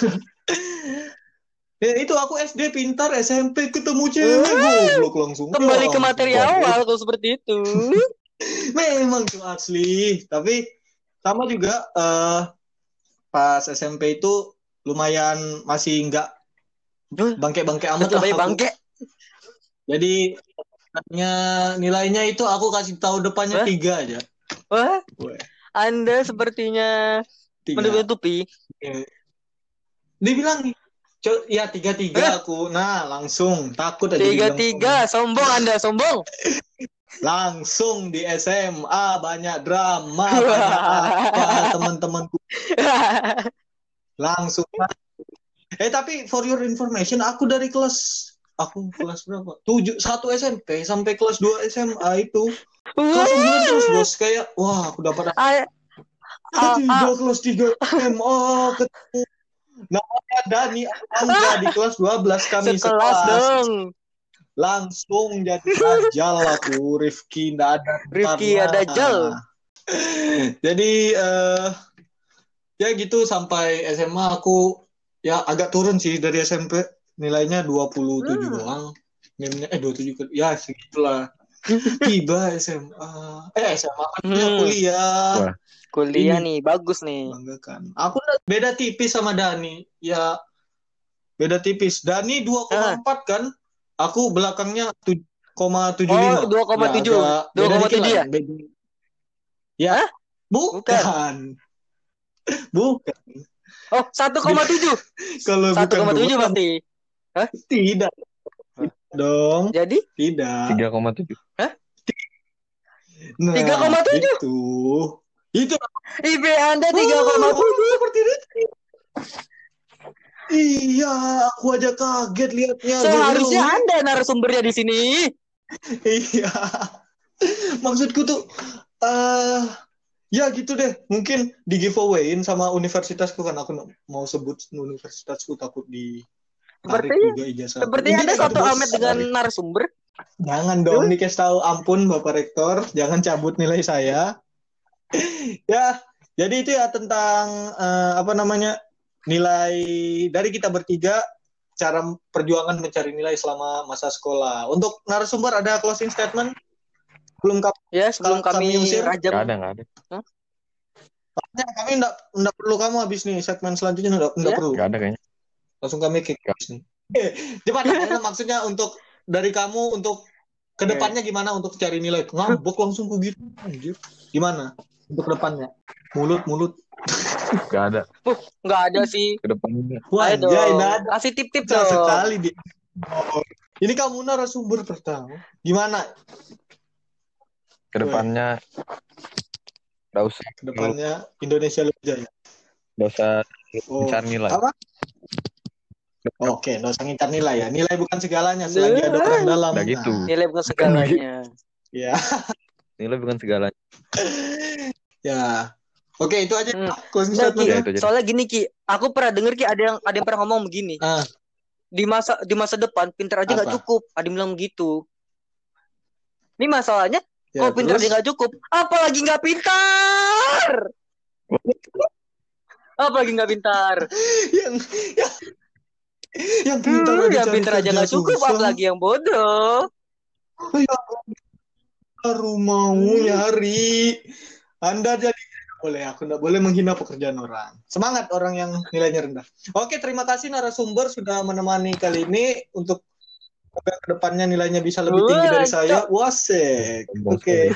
[SPEAKER 1] Ya, itu aku S D pintar, S M P ketemu cewek goblok langsung.
[SPEAKER 2] Kembali
[SPEAKER 1] Ya
[SPEAKER 2] ke materi
[SPEAKER 1] ampun.
[SPEAKER 2] awal kalau seperti itu.
[SPEAKER 1] Memang tuh asli, tapi sama juga eh, pas S M P itu lumayan masih nggak bangke-bangke amat
[SPEAKER 2] Tetap
[SPEAKER 1] lah
[SPEAKER 2] aja
[SPEAKER 1] aku.
[SPEAKER 2] bangke.
[SPEAKER 1] Jadi nilainya nilainya itu aku kasih tahu depannya
[SPEAKER 2] Hah?
[SPEAKER 1] tiga aja.
[SPEAKER 2] Wah,
[SPEAKER 1] Weh,
[SPEAKER 2] Anda sepertinya
[SPEAKER 1] tiga.
[SPEAKER 2] menutupi.
[SPEAKER 1] Oke. Dibilang nih, co- ya tiga tiga
[SPEAKER 2] Hah?
[SPEAKER 1] aku. Nah langsung takut aja
[SPEAKER 2] Tiga
[SPEAKER 1] dibilang
[SPEAKER 2] tiga,
[SPEAKER 1] sombong.
[SPEAKER 2] sombong Anda, sombong.
[SPEAKER 1] Langsung di S M A banyak drama, banyak apa teman-temanku langsung. Eh tapi for your information, aku dari kelas aku kelas berapa? Tujuh satu S M P sampai kelas dua S M A itu kelas unggulan terus bos. Kayak wah aku dapat
[SPEAKER 2] Ah,
[SPEAKER 1] kelas
[SPEAKER 2] ah,
[SPEAKER 1] tiga
[SPEAKER 2] ah.
[SPEAKER 1] kelas tiga S M A ketemu namanya Dani Angga di kelas dua belas kami
[SPEAKER 2] Sekelas
[SPEAKER 1] sekelas.
[SPEAKER 2] dong.
[SPEAKER 1] Langsung jadi dajal aku, Rifki nggak ada
[SPEAKER 2] Rifki
[SPEAKER 1] bentarnya.
[SPEAKER 2] ada jal.
[SPEAKER 1] Jadi eh ya gitu sampai S M A aku ya agak turun sih dari S M P nilainya dua puluh tujuh
[SPEAKER 2] Hmm.
[SPEAKER 1] doang. Mimnya eh dua puluh tujuh ke- ya segitulah. Tiba S M A. Eh S M A kan
[SPEAKER 2] Hmm.
[SPEAKER 1] kuliah.
[SPEAKER 3] Wah.
[SPEAKER 2] Kuliah
[SPEAKER 1] Ini
[SPEAKER 2] nih, bagus nih.
[SPEAKER 1] banggakan. Aku beda tipis sama Dani. Ya beda tipis. Dani dua koma empat kan? Aku belakangnya tujuh koma tujuh lima.
[SPEAKER 2] Oh, dua koma tujuh.
[SPEAKER 1] Ya agak
[SPEAKER 2] dua
[SPEAKER 1] beda
[SPEAKER 2] koma
[SPEAKER 1] dikit lah.
[SPEAKER 2] tujuh ya?
[SPEAKER 1] Beda. Ya,
[SPEAKER 2] Hah?
[SPEAKER 1] bukan. Bukan.
[SPEAKER 2] Oh, satu koma tujuh.
[SPEAKER 1] Kalau
[SPEAKER 2] satu koma tujuh
[SPEAKER 1] bukan
[SPEAKER 2] pasti. Hah?
[SPEAKER 1] tidak.
[SPEAKER 2] Hah?
[SPEAKER 1] Dong.
[SPEAKER 2] Jadi?
[SPEAKER 1] Tidak.
[SPEAKER 3] tiga koma tujuh.
[SPEAKER 1] Nah,
[SPEAKER 2] tiga koma tujuh.
[SPEAKER 1] itu. Itu.
[SPEAKER 2] I P Anda tiga koma tujuh.
[SPEAKER 1] Seperti itu. Iya, aku aja kaget lihatnya.
[SPEAKER 2] Seharusnya
[SPEAKER 1] Guru.
[SPEAKER 2] Anda narasumbernya di sini.
[SPEAKER 1] Iya. Maksudku tuh eh ya gitu deh. Mungkin di giveawayin sama universitasku kan aku nggak mau sebut universitasku takut di tarik
[SPEAKER 2] Sepertinya,
[SPEAKER 1] juga ijazah.
[SPEAKER 2] sepertinya Anda
[SPEAKER 1] Intinya
[SPEAKER 2] satu
[SPEAKER 1] gitu, Bos.
[SPEAKER 2] amet dengan narasumber.
[SPEAKER 1] Jangan dong dikasih tahu, ampun Bapak Rektor, jangan cabut nilai saya. Ya, jadi itu ya tentang eh, apa namanya? Nilai dari kita bertiga, cara perjuangan mencari nilai selama masa sekolah. Untuk narasumber ada closing statement? Belum kami,
[SPEAKER 2] Ya, sebelum
[SPEAKER 1] kami
[SPEAKER 2] kami
[SPEAKER 1] usir?
[SPEAKER 2] rajam.
[SPEAKER 3] Nggak ada, nggak ada.
[SPEAKER 1] Kami enggak, enggak perlu kamu habis nih, segmen selanjutnya enggak, enggak
[SPEAKER 2] Ya?
[SPEAKER 1] perlu.
[SPEAKER 3] Nggak ada kayaknya.
[SPEAKER 1] Langsung kami kick habis nih. Eh, cepat, maksudnya untuk dari kamu untuk kedepannya gimana untuk cari nilai? Ngambek langsung ku gitu. Anjir. Gimana untuk kedepannya? Mulut, mulut.
[SPEAKER 3] Nggak ada.
[SPEAKER 2] Uh, nggak ada sih.
[SPEAKER 3] Ke depannya.
[SPEAKER 1] Wah,
[SPEAKER 2] Ayo
[SPEAKER 1] ya,
[SPEAKER 2] dong.
[SPEAKER 1] ada.
[SPEAKER 2] Kasih tip-tip
[SPEAKER 1] Susah
[SPEAKER 2] dong.
[SPEAKER 1] sekali di. Oh. Ini kamu narasumber pertama. Gimana?
[SPEAKER 3] Ke depannya nggak usah.
[SPEAKER 1] Kedepannya Indonesia lebih jaya.
[SPEAKER 3] Nggak usah
[SPEAKER 1] Oh.
[SPEAKER 3] mencari nilai.
[SPEAKER 1] Apa? Oke, nggak usah ngincar nilai ya. Nilai bukan segalanya selagi ada orang dalam.
[SPEAKER 3] Nggak gitu.
[SPEAKER 1] Nah,
[SPEAKER 2] Nilai bukan segalanya.
[SPEAKER 1] ya.
[SPEAKER 3] Nilai bukan segalanya.
[SPEAKER 1] Ya. Oke, itu aja.
[SPEAKER 2] Hmm.
[SPEAKER 1] Closing
[SPEAKER 2] Nggak, Ki.
[SPEAKER 1] statement.
[SPEAKER 3] Ya, itu aja.
[SPEAKER 2] Soalnya gini Ki, aku pernah denger Ki ada yang ada yang pernah ngomong begini.
[SPEAKER 1] Ah.
[SPEAKER 2] Di masa di masa depan pintar aja nggak
[SPEAKER 1] Apa?
[SPEAKER 2] cukup. Ada yang bilang begitu. Ini masalahnya
[SPEAKER 1] Ya,
[SPEAKER 2] kalau pintar
[SPEAKER 1] terus?
[SPEAKER 2] aja nggak cukup, apalagi nggak pintar. Apalagi nggak pintar.
[SPEAKER 1] yang yang yang pintar
[SPEAKER 2] Hmm,
[SPEAKER 1] aja
[SPEAKER 2] yang
[SPEAKER 1] cari
[SPEAKER 2] pintar aja
[SPEAKER 1] kerja
[SPEAKER 2] nggak cukup,
[SPEAKER 1] susah.
[SPEAKER 2] apalagi yang bodoh.
[SPEAKER 1] Ya, baru mau nyari. Anda jadi boleh, aku nggak boleh menghina pekerjaan orang. Semangat orang yang nilainya rendah. Oke, terima kasih narasumber sudah menemani kali ini untuk ke depannya nilainya bisa lebih tinggi dari
[SPEAKER 2] Wah,
[SPEAKER 1] saya. Wasek. Oke.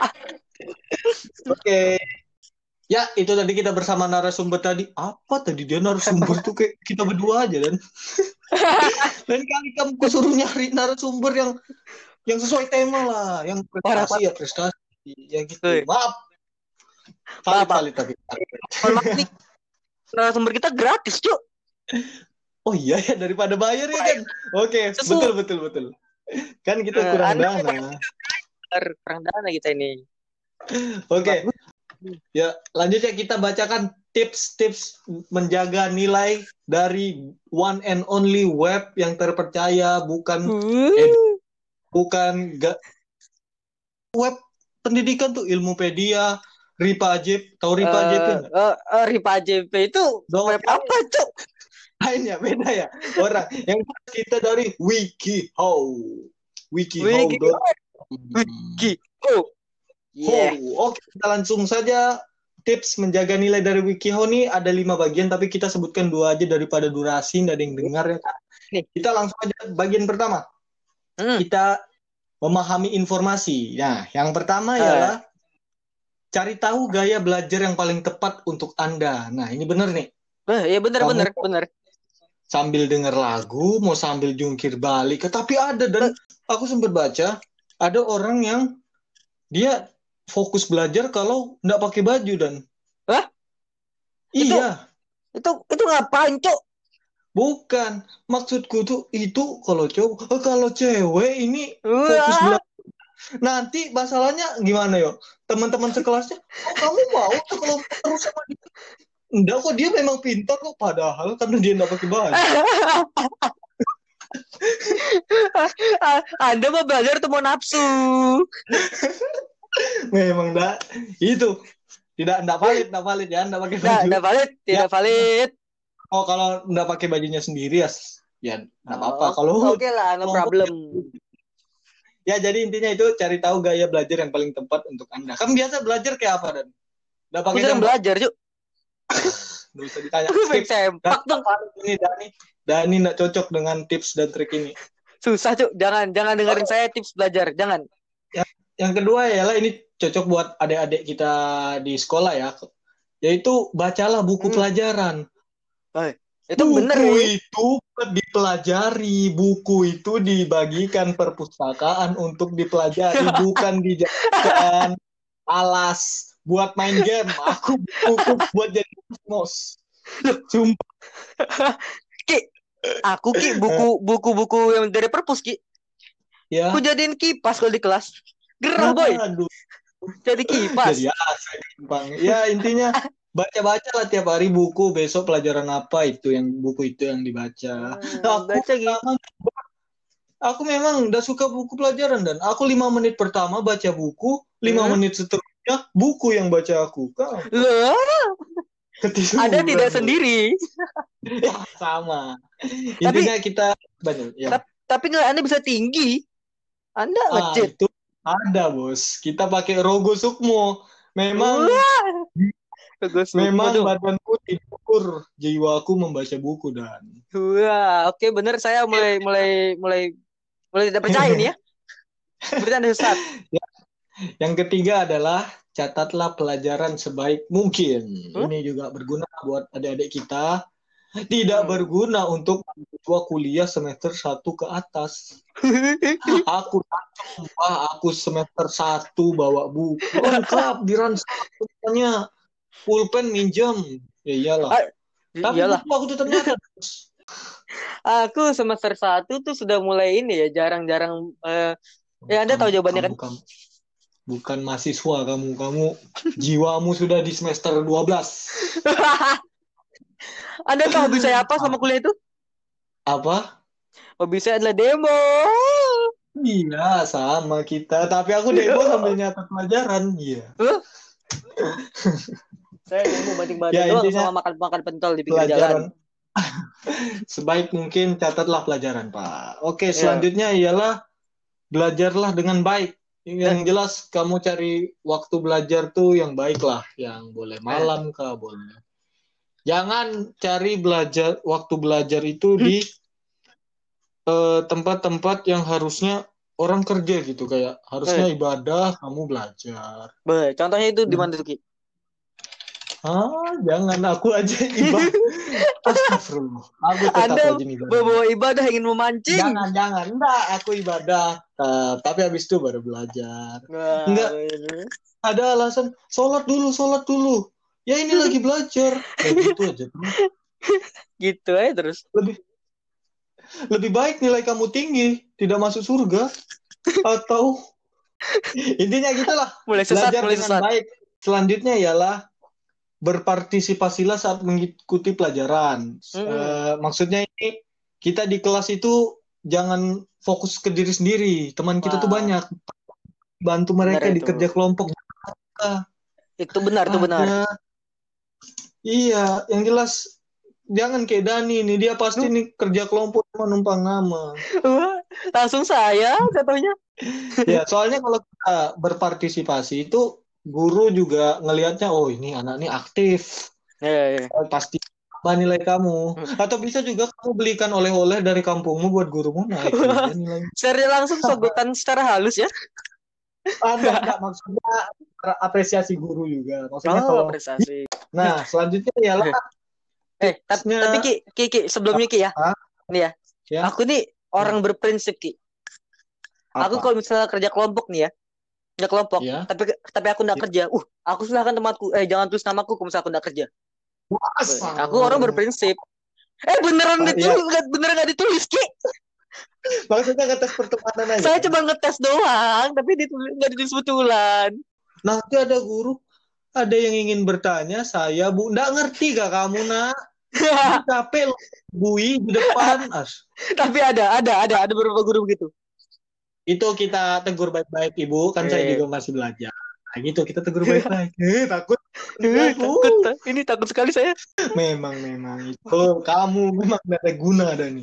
[SPEAKER 1] Oke. Ya, itu tadi kita bersama narasumber tadi. Apa tadi dia narasumber tuh kayak kita berdua aja dan. Lain kali kamu suruh nyari narasumber yang yang sesuai tema lah, yang prestasi ya prestasi, ya gitu.
[SPEAKER 2] Hei.
[SPEAKER 1] Maaf. Valid,
[SPEAKER 2] Maaf.
[SPEAKER 1] valid tapi.
[SPEAKER 2] Kalau nih narasumber kita gratis, Cuk.
[SPEAKER 1] Oh iya ya, daripada bayar ya kan. Oke,
[SPEAKER 2] Sesu.
[SPEAKER 1] betul betul betul. Kan kita
[SPEAKER 2] Eh,
[SPEAKER 1] kurang
[SPEAKER 2] Anda
[SPEAKER 1] dana.
[SPEAKER 2] kurang dana kita ini.
[SPEAKER 1] Oke. Ya, lanjutnya kita bacakan tips-tips menjaga nilai dari one and only web yang terpercaya, bukan eh, bukan ga, web pendidikan tuh Ilmupedia, Ripa Ajib, tahu Ripa Ajib
[SPEAKER 2] Eh,
[SPEAKER 1] enggak?
[SPEAKER 2] eh, eh, Ripa J P itu
[SPEAKER 1] Dong,
[SPEAKER 2] web apa, Cuk?
[SPEAKER 1] lainnya beda ya. Orang yang kita dari WikiHow. WikiHow.
[SPEAKER 2] Wiki.
[SPEAKER 1] dot-
[SPEAKER 2] Wiki. Oh. Yeah.
[SPEAKER 1] Oh, oke, kita langsung saja. Tips menjaga nilai dari WikiHow nih ada lima bagian, tapi kita sebutkan dua aja daripada durasi, nggak ada yang dengar ya kan.
[SPEAKER 2] Nih.
[SPEAKER 1] Kita langsung aja bagian pertama.
[SPEAKER 2] Hmm.
[SPEAKER 1] Kita memahami informasi. Nah, yang pertama
[SPEAKER 2] Eh.
[SPEAKER 1] ialah cari tahu gaya belajar yang paling tepat untuk Anda. Nah, ini benar nih.
[SPEAKER 2] Eh, ya benar
[SPEAKER 1] Kamu
[SPEAKER 2] benar benar.
[SPEAKER 1] sambil denger lagu, mau sambil jungkir balik. Tapi ada, dan aku sempat baca, ada orang yang dia fokus belajar kalau nggak pakai baju, dan.
[SPEAKER 2] Hah?
[SPEAKER 1] Iya.
[SPEAKER 2] Itu itu ngapain, Cok?
[SPEAKER 1] Bukan. Maksudku tuh itu kalau cowok, eh, kalau cewek ini fokus
[SPEAKER 2] Wah.
[SPEAKER 1] belajar. Nanti masalahnya gimana yo? Teman-teman sekelasnya, oh kamu mau tuh kalau terus sama dia? Enggak kok, dia memang pintar kok, padahal karena dia nggak pakai baju.
[SPEAKER 2] Anda mau belajar tuh mau nafsu.
[SPEAKER 1] Memang enggak. Itu tidak enggak valid, enggak valid ya, enggak pakai
[SPEAKER 2] Nggak,
[SPEAKER 1] baju.
[SPEAKER 2] nggak valid, tidak
[SPEAKER 1] Ya.
[SPEAKER 2] valid.
[SPEAKER 1] Oh, kalau enggak pakai bajunya sendiri ya, ya enggak apa-apa.
[SPEAKER 2] Oh,
[SPEAKER 1] Kalau
[SPEAKER 2] oke lah, no problem.
[SPEAKER 1] Ya, jadi intinya itu cari tahu gaya belajar yang paling tepat untuk Anda. Kamu biasa belajar kayak apa, Dan? Enggak
[SPEAKER 2] Aku
[SPEAKER 1] pakai
[SPEAKER 2] jarang
[SPEAKER 1] sempak?
[SPEAKER 2] belajar, Cuk.
[SPEAKER 1] Nggak usah ditanya.
[SPEAKER 2] Aku main
[SPEAKER 1] Skip.
[SPEAKER 2] sempak
[SPEAKER 1] Dan
[SPEAKER 2] tuh.
[SPEAKER 1] ini Dani, Dani nggak cocok dengan tips dan trik ini.
[SPEAKER 2] Susah, Cuk. Jangan jangan dengerin
[SPEAKER 1] Oh.
[SPEAKER 2] saya tips belajar, jangan.
[SPEAKER 1] Yang kedua ialah ini cocok buat adik-adik kita di sekolah ya. Yaitu bacalah buku
[SPEAKER 2] Hmm.
[SPEAKER 1] pelajaran.
[SPEAKER 2] Itu
[SPEAKER 1] buku
[SPEAKER 2] bener ya.
[SPEAKER 1] itu dipelajari, buku itu dibagikan perpustakaan untuk dipelajari, bukan dijadikan alas buat main game. Aku buku buat jadi mos. Sumpah.
[SPEAKER 2] Ki, aku Ki buku buku-buku yang dari perpus Ki.
[SPEAKER 1] Ya.
[SPEAKER 2] Aku jadiin kipas kalau di kelas. Gerah boy.
[SPEAKER 1] Aduh.
[SPEAKER 2] Jadi kipas.
[SPEAKER 1] Jadi asik, Bang. Ya intinya baca-baca lah tiap hari buku, besok pelajaran apa itu yang buku itu yang dibaca.
[SPEAKER 2] Hmm,
[SPEAKER 1] aku
[SPEAKER 2] baca gitu.
[SPEAKER 1] pertama, aku memang udah suka buku pelajaran, dan aku lima menit pertama baca buku, lima
[SPEAKER 2] Hmm.
[SPEAKER 1] menit seterusnya buku yang baca aku. Kau
[SPEAKER 2] Loh,
[SPEAKER 1] ketiduran.
[SPEAKER 2] Anda tidak sendiri.
[SPEAKER 1] Ya, sama. Intinya kita banyak. Ya.
[SPEAKER 2] Tapi nilai Anda bisa tinggi. Anda
[SPEAKER 1] Ah,
[SPEAKER 2] ngecit.
[SPEAKER 1] itu ada, Bos. Kita pakai Rogo Sukmo. Memang
[SPEAKER 2] Rogo Sukmo
[SPEAKER 1] memang
[SPEAKER 2] tuh.
[SPEAKER 1] badanku tidur, jiwaku membaca buku, Dan.
[SPEAKER 2] Wah, oke bener, saya mulai mulai mulai mulai tidak percaya nih ya. Berarti Anda sesat.
[SPEAKER 1] Ya. Yang ketiga adalah catatlah pelajaran sebaik mungkin.
[SPEAKER 2] Hmm?
[SPEAKER 1] Ini juga berguna buat adik-adik kita. Tidak
[SPEAKER 2] Hmm.
[SPEAKER 1] berguna untuk mahasiswa kuliah semester satu ke atas. Aku sumpah, aku semester satu bawa buku lengkap di ransaknya, pulpen minjem. Ya iyalah.
[SPEAKER 2] Ah,
[SPEAKER 1] Tapi
[SPEAKER 2] iyalah.
[SPEAKER 1] buku aku tetap nyatet.
[SPEAKER 2] Aku semester satu tuh sudah mulai ini ya, jarang-jarang. eh, Ya Anda tahu jawabannya kan?
[SPEAKER 1] Kamu, kamu, bukan mahasiswa kamu, kamu jiwamu sudah di semester dua belas.
[SPEAKER 2] Anda tahu hobi saya apa sama kuliah itu?
[SPEAKER 1] Apa?
[SPEAKER 2] Hobi saya adalah demo.
[SPEAKER 1] Iya, sama kita. Tapi aku demo sambil nyatet pelajaran. Iya.
[SPEAKER 2] Huh? Saya demo banting-banting
[SPEAKER 1] Ya,
[SPEAKER 2] doang
[SPEAKER 1] intinya
[SPEAKER 2] sama makan-makan pentol di pinggir
[SPEAKER 1] pelajaran.
[SPEAKER 2] jalan.
[SPEAKER 1] Sebaik mungkin catatlah pelajaran, Pak. Oke,
[SPEAKER 2] Ya.
[SPEAKER 1] selanjutnya ialah belajarlah dengan baik. Yang jelas kamu cari waktu belajar tuh yang baik lah, yang boleh malam kah, boleh. Jangan cari belajar waktu belajar itu di eh, tempat-tempat yang harusnya orang kerja gitu, kayak harusnya ibadah, kamu belajar.
[SPEAKER 2] Be, contohnya itu di mana tuh Ki?
[SPEAKER 1] Ah, jangan, aku aja ibadah. Astagfirullah. Aku tetap
[SPEAKER 2] Anda
[SPEAKER 1] rajin ibadah.
[SPEAKER 2] bawa ibadah ingin memancing.
[SPEAKER 1] Jangan, jangan. Enggak, aku ibadah. Uh, tapi habis itu baru belajar.
[SPEAKER 2] Nah,
[SPEAKER 1] Enggak.
[SPEAKER 2] bener.
[SPEAKER 1] Ada alasan, sholat dulu, sholat dulu. Ya ini lagi belajar. Kayak gitu aja.
[SPEAKER 2] Gitu aja terus.
[SPEAKER 1] Lebih lebih baik nilai kamu tinggi, tidak masuk surga. Atau intinya gitulah.
[SPEAKER 2] Mulai sesat,
[SPEAKER 1] Belajar
[SPEAKER 2] mulai
[SPEAKER 1] dengan
[SPEAKER 2] sesat.
[SPEAKER 1] baik. Selanjutnya ialah berpartisipasilah saat mengikuti pelajaran.
[SPEAKER 2] Hmm.
[SPEAKER 1] Uh, maksudnya ini kita di kelas itu jangan fokus ke diri sendiri. Teman kita
[SPEAKER 2] Wah.
[SPEAKER 1] tuh banyak. Bantu mereka
[SPEAKER 2] Benar
[SPEAKER 1] di
[SPEAKER 2] itu.
[SPEAKER 1] kerja kelompok.
[SPEAKER 2] Itu benar, itu benar.
[SPEAKER 1] Ada. Iya, yang jelas jangan kayak Dani nih, dia pasti nih kerja kelompok cuma numpang nama.
[SPEAKER 2] Wah, langsung saya jatuhnya.
[SPEAKER 1] Ya, soalnya kalau kita berpartisipasi itu guru juga ngelihatnya, oh ini anak ini aktif.
[SPEAKER 2] Ya, ya.
[SPEAKER 1] Pasti Tambah nilai kamu. Atau bisa juga kamu belikan oleh-oleh dari kampungmu buat gurumu naik juga nilainya.
[SPEAKER 2] Secara langsung sogokan secara halus ya.
[SPEAKER 1] Ah, enggak, enggak maksudnya apresiasi guru juga. Maksudnya
[SPEAKER 2] Oh,
[SPEAKER 1] kalau
[SPEAKER 2] apresiasi.
[SPEAKER 1] nah, selanjutnya ialah
[SPEAKER 2] Eh, tapi,
[SPEAKER 1] tipsnya
[SPEAKER 2] tapi Ki, Ki, Ki, sebelumnya Ki ya.
[SPEAKER 1] apa?
[SPEAKER 2] Nih ya.
[SPEAKER 1] Ya,
[SPEAKER 2] Aku nih orang berprinsip Ki. Aku
[SPEAKER 1] apa?
[SPEAKER 2] kalau misalnya kerja kelompok nih ya, kerja kelompok,
[SPEAKER 1] Ya.
[SPEAKER 2] tapi tapi aku nggak
[SPEAKER 1] Ya.
[SPEAKER 2] kerja. Uh, aku silahkan tempatku. Eh, jangan tulis namaku kalau misalnya aku nggak kerja.
[SPEAKER 1] Asal.
[SPEAKER 2] Aku orang berprinsip. Eh, beneran
[SPEAKER 1] Ah,
[SPEAKER 2] itu
[SPEAKER 1] ya.
[SPEAKER 2] nggak beneran nggak ditulis Ki.
[SPEAKER 1] Maksudnya ngetes pertemanan aja.
[SPEAKER 2] Saya cuma ngetes doang, tapi ditulis nggak ditulis betulan.
[SPEAKER 1] Nanti ada guru, ada yang ingin bertanya, saya bu, nggak ngerti gak kamu nak? Capek loh, bui di depan, as.
[SPEAKER 2] Tapi ada, ada, ada, ada beberapa guru begitu.
[SPEAKER 1] Itu kita tegur baik-baik ibu, kan saya
[SPEAKER 2] Eh.
[SPEAKER 1] juga masih belajar. Nah, gitu kita tegur baik-baik. Eh, takut.
[SPEAKER 2] Eh,
[SPEAKER 1] Aku.
[SPEAKER 2] takut, ini takut sekali saya.
[SPEAKER 1] Memang, memang itu kamu memang gak ada guna Dani.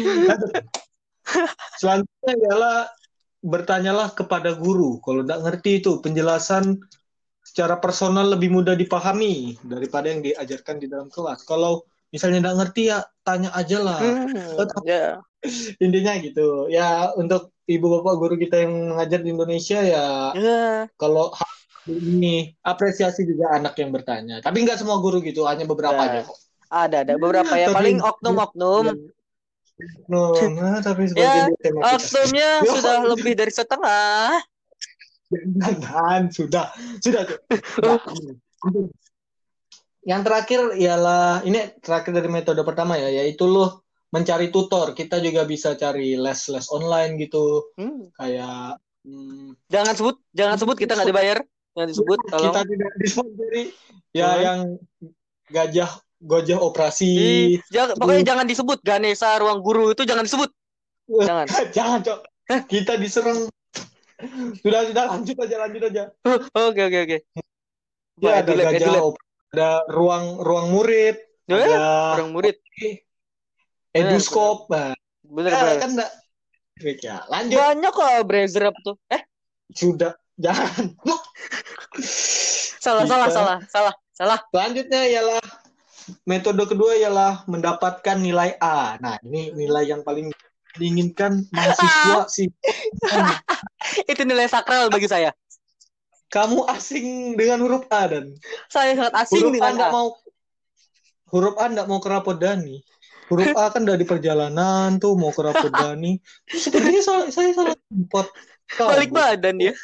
[SPEAKER 1] Selanjutnya ialah bertanyalah kepada guru. Kalau nggak ngerti itu penjelasan secara personal lebih mudah dipahami daripada yang diajarkan di dalam kelas. Kalau misalnya nggak ngerti ya tanya aja lah.
[SPEAKER 2] Hmm, ya.
[SPEAKER 1] Intinya gitu. Ya untuk ibu bapak guru kita yang mengajar di Indonesia ya,
[SPEAKER 2] Ya.
[SPEAKER 1] kalau ini apresiasi juga anak yang bertanya. Tapi nggak semua guru gitu, hanya beberapa
[SPEAKER 2] Ya.
[SPEAKER 1] aja kok.
[SPEAKER 2] Ada, ada beberapa ya.
[SPEAKER 1] Tapi-
[SPEAKER 2] Paling oknum-oknum.
[SPEAKER 1] No, nah, tapi
[SPEAKER 2] Ya,
[SPEAKER 1] sebagai tema kita.
[SPEAKER 2] oknumnya
[SPEAKER 1] Yo.
[SPEAKER 2] sudah lebih dari setengah.
[SPEAKER 1] Jangan, sudah, sudah. sudah. Yang terakhir ialah ini terakhir dari metode pertama ya, yaitu lo mencari tutor. Kita juga bisa cari les-les online gitu,
[SPEAKER 2] Hmm.
[SPEAKER 1] kayak hmm,
[SPEAKER 2] Jangan sebut, jangan sebut kita nggak dibayar. Jangan disebut, tolong.
[SPEAKER 1] kita tidak disponsori ya
[SPEAKER 2] Hmm.
[SPEAKER 1] yang gajah gojah operasi.
[SPEAKER 2] Ih, jangan, pokoknya jangan disebut. Ganesha Ruang Guru itu jangan disebut. Jangan.
[SPEAKER 1] Jangan, Cok. Kita diserang. Sudah, sudah lanjut aja, lanjut aja.
[SPEAKER 2] Oke, oke, oke.
[SPEAKER 1] Ya, ada
[SPEAKER 2] Edulab,
[SPEAKER 1] gajah,
[SPEAKER 2] edulab.
[SPEAKER 1] op- ada ruang ruang murid,
[SPEAKER 2] Eh,
[SPEAKER 1] ada
[SPEAKER 2] Orang murid.
[SPEAKER 1] eduskop. Nah,
[SPEAKER 2] Bener,
[SPEAKER 1] ya,
[SPEAKER 2] bener.
[SPEAKER 1] kan enggak. Ya, lanjut.
[SPEAKER 2] Banyak kok Brazer apa tuh. Eh,
[SPEAKER 1] Sudah, jangan.
[SPEAKER 2] salah,
[SPEAKER 1] Kita-
[SPEAKER 2] salah, salah, salah, salah.
[SPEAKER 1] Selanjutnya ialah metode kedua ialah mendapatkan nilai A. Nah, ini nilai yang paling diinginkan mahasiswa sih.
[SPEAKER 2] Itu nilai sakral bagi saya.
[SPEAKER 1] Kamu asing dengan huruf A dan
[SPEAKER 2] Saya sangat asing
[SPEAKER 1] huruf A
[SPEAKER 2] dengan
[SPEAKER 1] nggak
[SPEAKER 2] A.
[SPEAKER 1] mau huruf A nggak mau ke Rapodani. Huruf A kan dari perjalanan tuh mau ke Rapodani. Sepertinya salah, saya salah tempat.
[SPEAKER 2] Balik badan dia.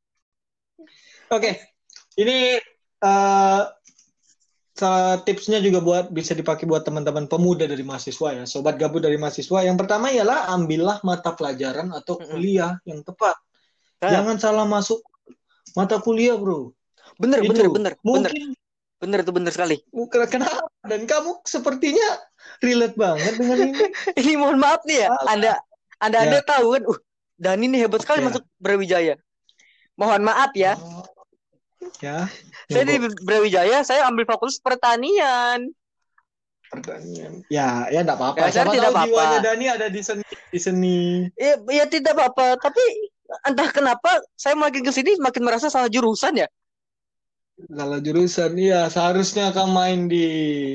[SPEAKER 1] Oke, ini eh salah tipsnya juga buat bisa dipakai buat teman-teman pemuda dari mahasiswa ya, sobat gabut dari mahasiswa. Yang pertama ialah ambillah mata pelajaran atau
[SPEAKER 2] Mm-mm.
[SPEAKER 1] kuliah yang tepat.
[SPEAKER 2] Ah.
[SPEAKER 1] Jangan salah masuk mata kuliah, bro.
[SPEAKER 2] Bener,
[SPEAKER 1] Itu.
[SPEAKER 2] bener, bener, bener.
[SPEAKER 1] Mungkin
[SPEAKER 2] Bener tuh, bener sekali.
[SPEAKER 1] bukan kenapa dan kamu sepertinya relate banget dengan ini.
[SPEAKER 2] Ini mohon maaf nih ya.
[SPEAKER 1] Salah.
[SPEAKER 2] Anda, anda,
[SPEAKER 1] Ya.
[SPEAKER 2] anda tahu kan? Uh, Dani ini hebat sekali
[SPEAKER 1] Ya.
[SPEAKER 2] masuk Brawijaya. Mohon maaf ya.
[SPEAKER 1] Oh, ya.
[SPEAKER 2] Saya di
[SPEAKER 1] Nyoba
[SPEAKER 2] Brawijaya, saya ambil fakultas pertanian.
[SPEAKER 1] pertanian. Ya, ya enggak apa-apa.
[SPEAKER 2] Ya, saya
[SPEAKER 1] Siapa
[SPEAKER 2] tidak
[SPEAKER 1] tahu
[SPEAKER 2] apa-apa.
[SPEAKER 1] jiwanya Dani ada di seni, di seni.
[SPEAKER 2] Ya, ya tidak apa-apa. Tapi entah kenapa saya makin kesini makin merasa salah jurusan ya.
[SPEAKER 1] Salah jurusan. Iya, seharusnya kamu main di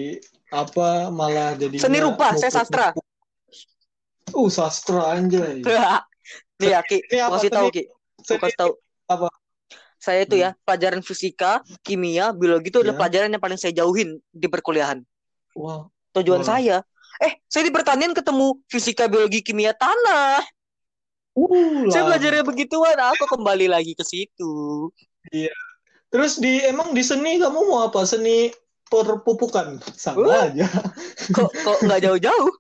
[SPEAKER 1] apa malah jadi
[SPEAKER 2] Seni rupa, saya sastra.
[SPEAKER 1] Uh, sastra anjay.
[SPEAKER 2] Nih ya, Ki.
[SPEAKER 1] Ini apa
[SPEAKER 2] Aku kasih tahu,
[SPEAKER 1] seni?
[SPEAKER 2] Ki. Aku
[SPEAKER 1] Seni
[SPEAKER 2] kasih tahu.
[SPEAKER 1] apa?
[SPEAKER 2] Saya itu ya, pelajaran fisika, kimia, biologi itu adalah
[SPEAKER 1] Ya.
[SPEAKER 2] pelajaran yang paling saya jauhin di perkuliahan.
[SPEAKER 1] Wah,
[SPEAKER 2] Tujuan
[SPEAKER 1] Wah.
[SPEAKER 2] saya. Eh, saya di pertanian ketemu fisika, biologi, kimia, tanah.
[SPEAKER 1] uh,
[SPEAKER 2] Saya
[SPEAKER 1] lah.
[SPEAKER 2] belajarnya begituan, aku kembali lagi ke situ.
[SPEAKER 1] Terus di emang di seni kamu mau apa? Seni perpupukan sama
[SPEAKER 2] Uh.
[SPEAKER 1] aja.
[SPEAKER 2] Kok kok nggak jauh-jauh?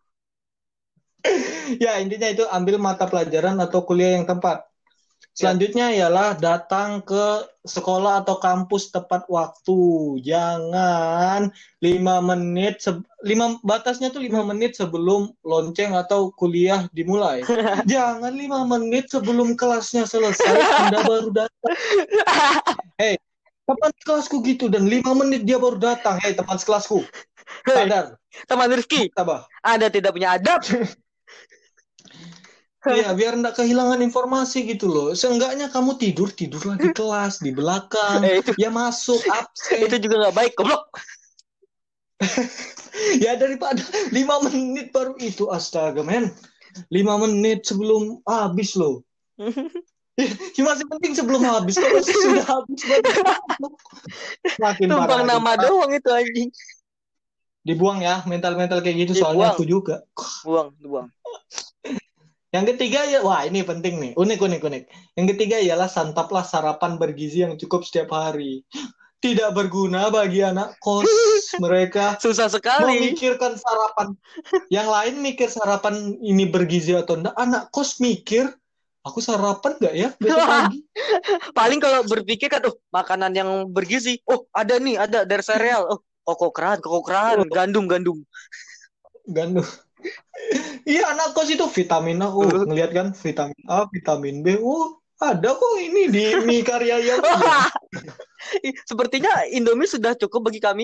[SPEAKER 1] Ya, intinya itu ambil mata pelajaran atau kuliah yang tepat. Selanjutnya ialah datang ke sekolah atau kampus tepat waktu. Jangan lima menit se- lima batasnya tuh lima menit sebelum lonceng atau kuliah dimulai. Jangan lima menit sebelum kelasnya selesai Anda baru datang. Hei, teman kelasku gitu dan lima menit dia baru datang. Hei, teman kelasku.
[SPEAKER 2] Hei,
[SPEAKER 1] Sadar,
[SPEAKER 2] teman Rifki,
[SPEAKER 1] tabah.
[SPEAKER 2] Anda tidak punya adab.
[SPEAKER 1] Iya, biar nggak kehilangan informasi gitu loh. Seenggaknya kamu tidur tidur lagi kelas di belakang.
[SPEAKER 2] Eh, itu
[SPEAKER 1] Ya masuk absen.
[SPEAKER 2] itu juga nggak baik, goblok.
[SPEAKER 1] Ya daripada lima menit baru itu, astaga men. Lima menit sebelum habis loh. Ya, masih penting sebelum habis. Kalau sudah habis baru masuk. Makin parah
[SPEAKER 2] Tumpang
[SPEAKER 1] lagi.
[SPEAKER 2] nama doang itu anjing.
[SPEAKER 1] Dibuang ya mental-mental kayak gitu,
[SPEAKER 2] Dibuang.
[SPEAKER 1] soalnya aku juga.
[SPEAKER 2] Buang, buang.
[SPEAKER 1] Yang ketiga ya, wah ini penting nih, unik unik unik. Yang ketiga ialah santaplah sarapan bergizi yang cukup setiap hari. Tidak berguna bagi anak kos, mereka
[SPEAKER 2] Susah sekali.
[SPEAKER 1] memikirkan sarapan. Yang lain mikir sarapan ini bergizi atau enggak. Anak kos mikir, aku sarapan nggak ya besok pagi?
[SPEAKER 2] Paling kalau berpikir kan, oh makanan yang bergizi, oh ada nih, ada dari sereal, oh kokokran, kokokran, gandum, gandum.
[SPEAKER 1] Gandum. Iya, anak kos itu vitamin A. Oh, ngelihat kan vitamin A, vitamin B. Oh, ada kok ini di mie karya yang
[SPEAKER 2] Sepertinya Indomie sudah cukup bagi kami.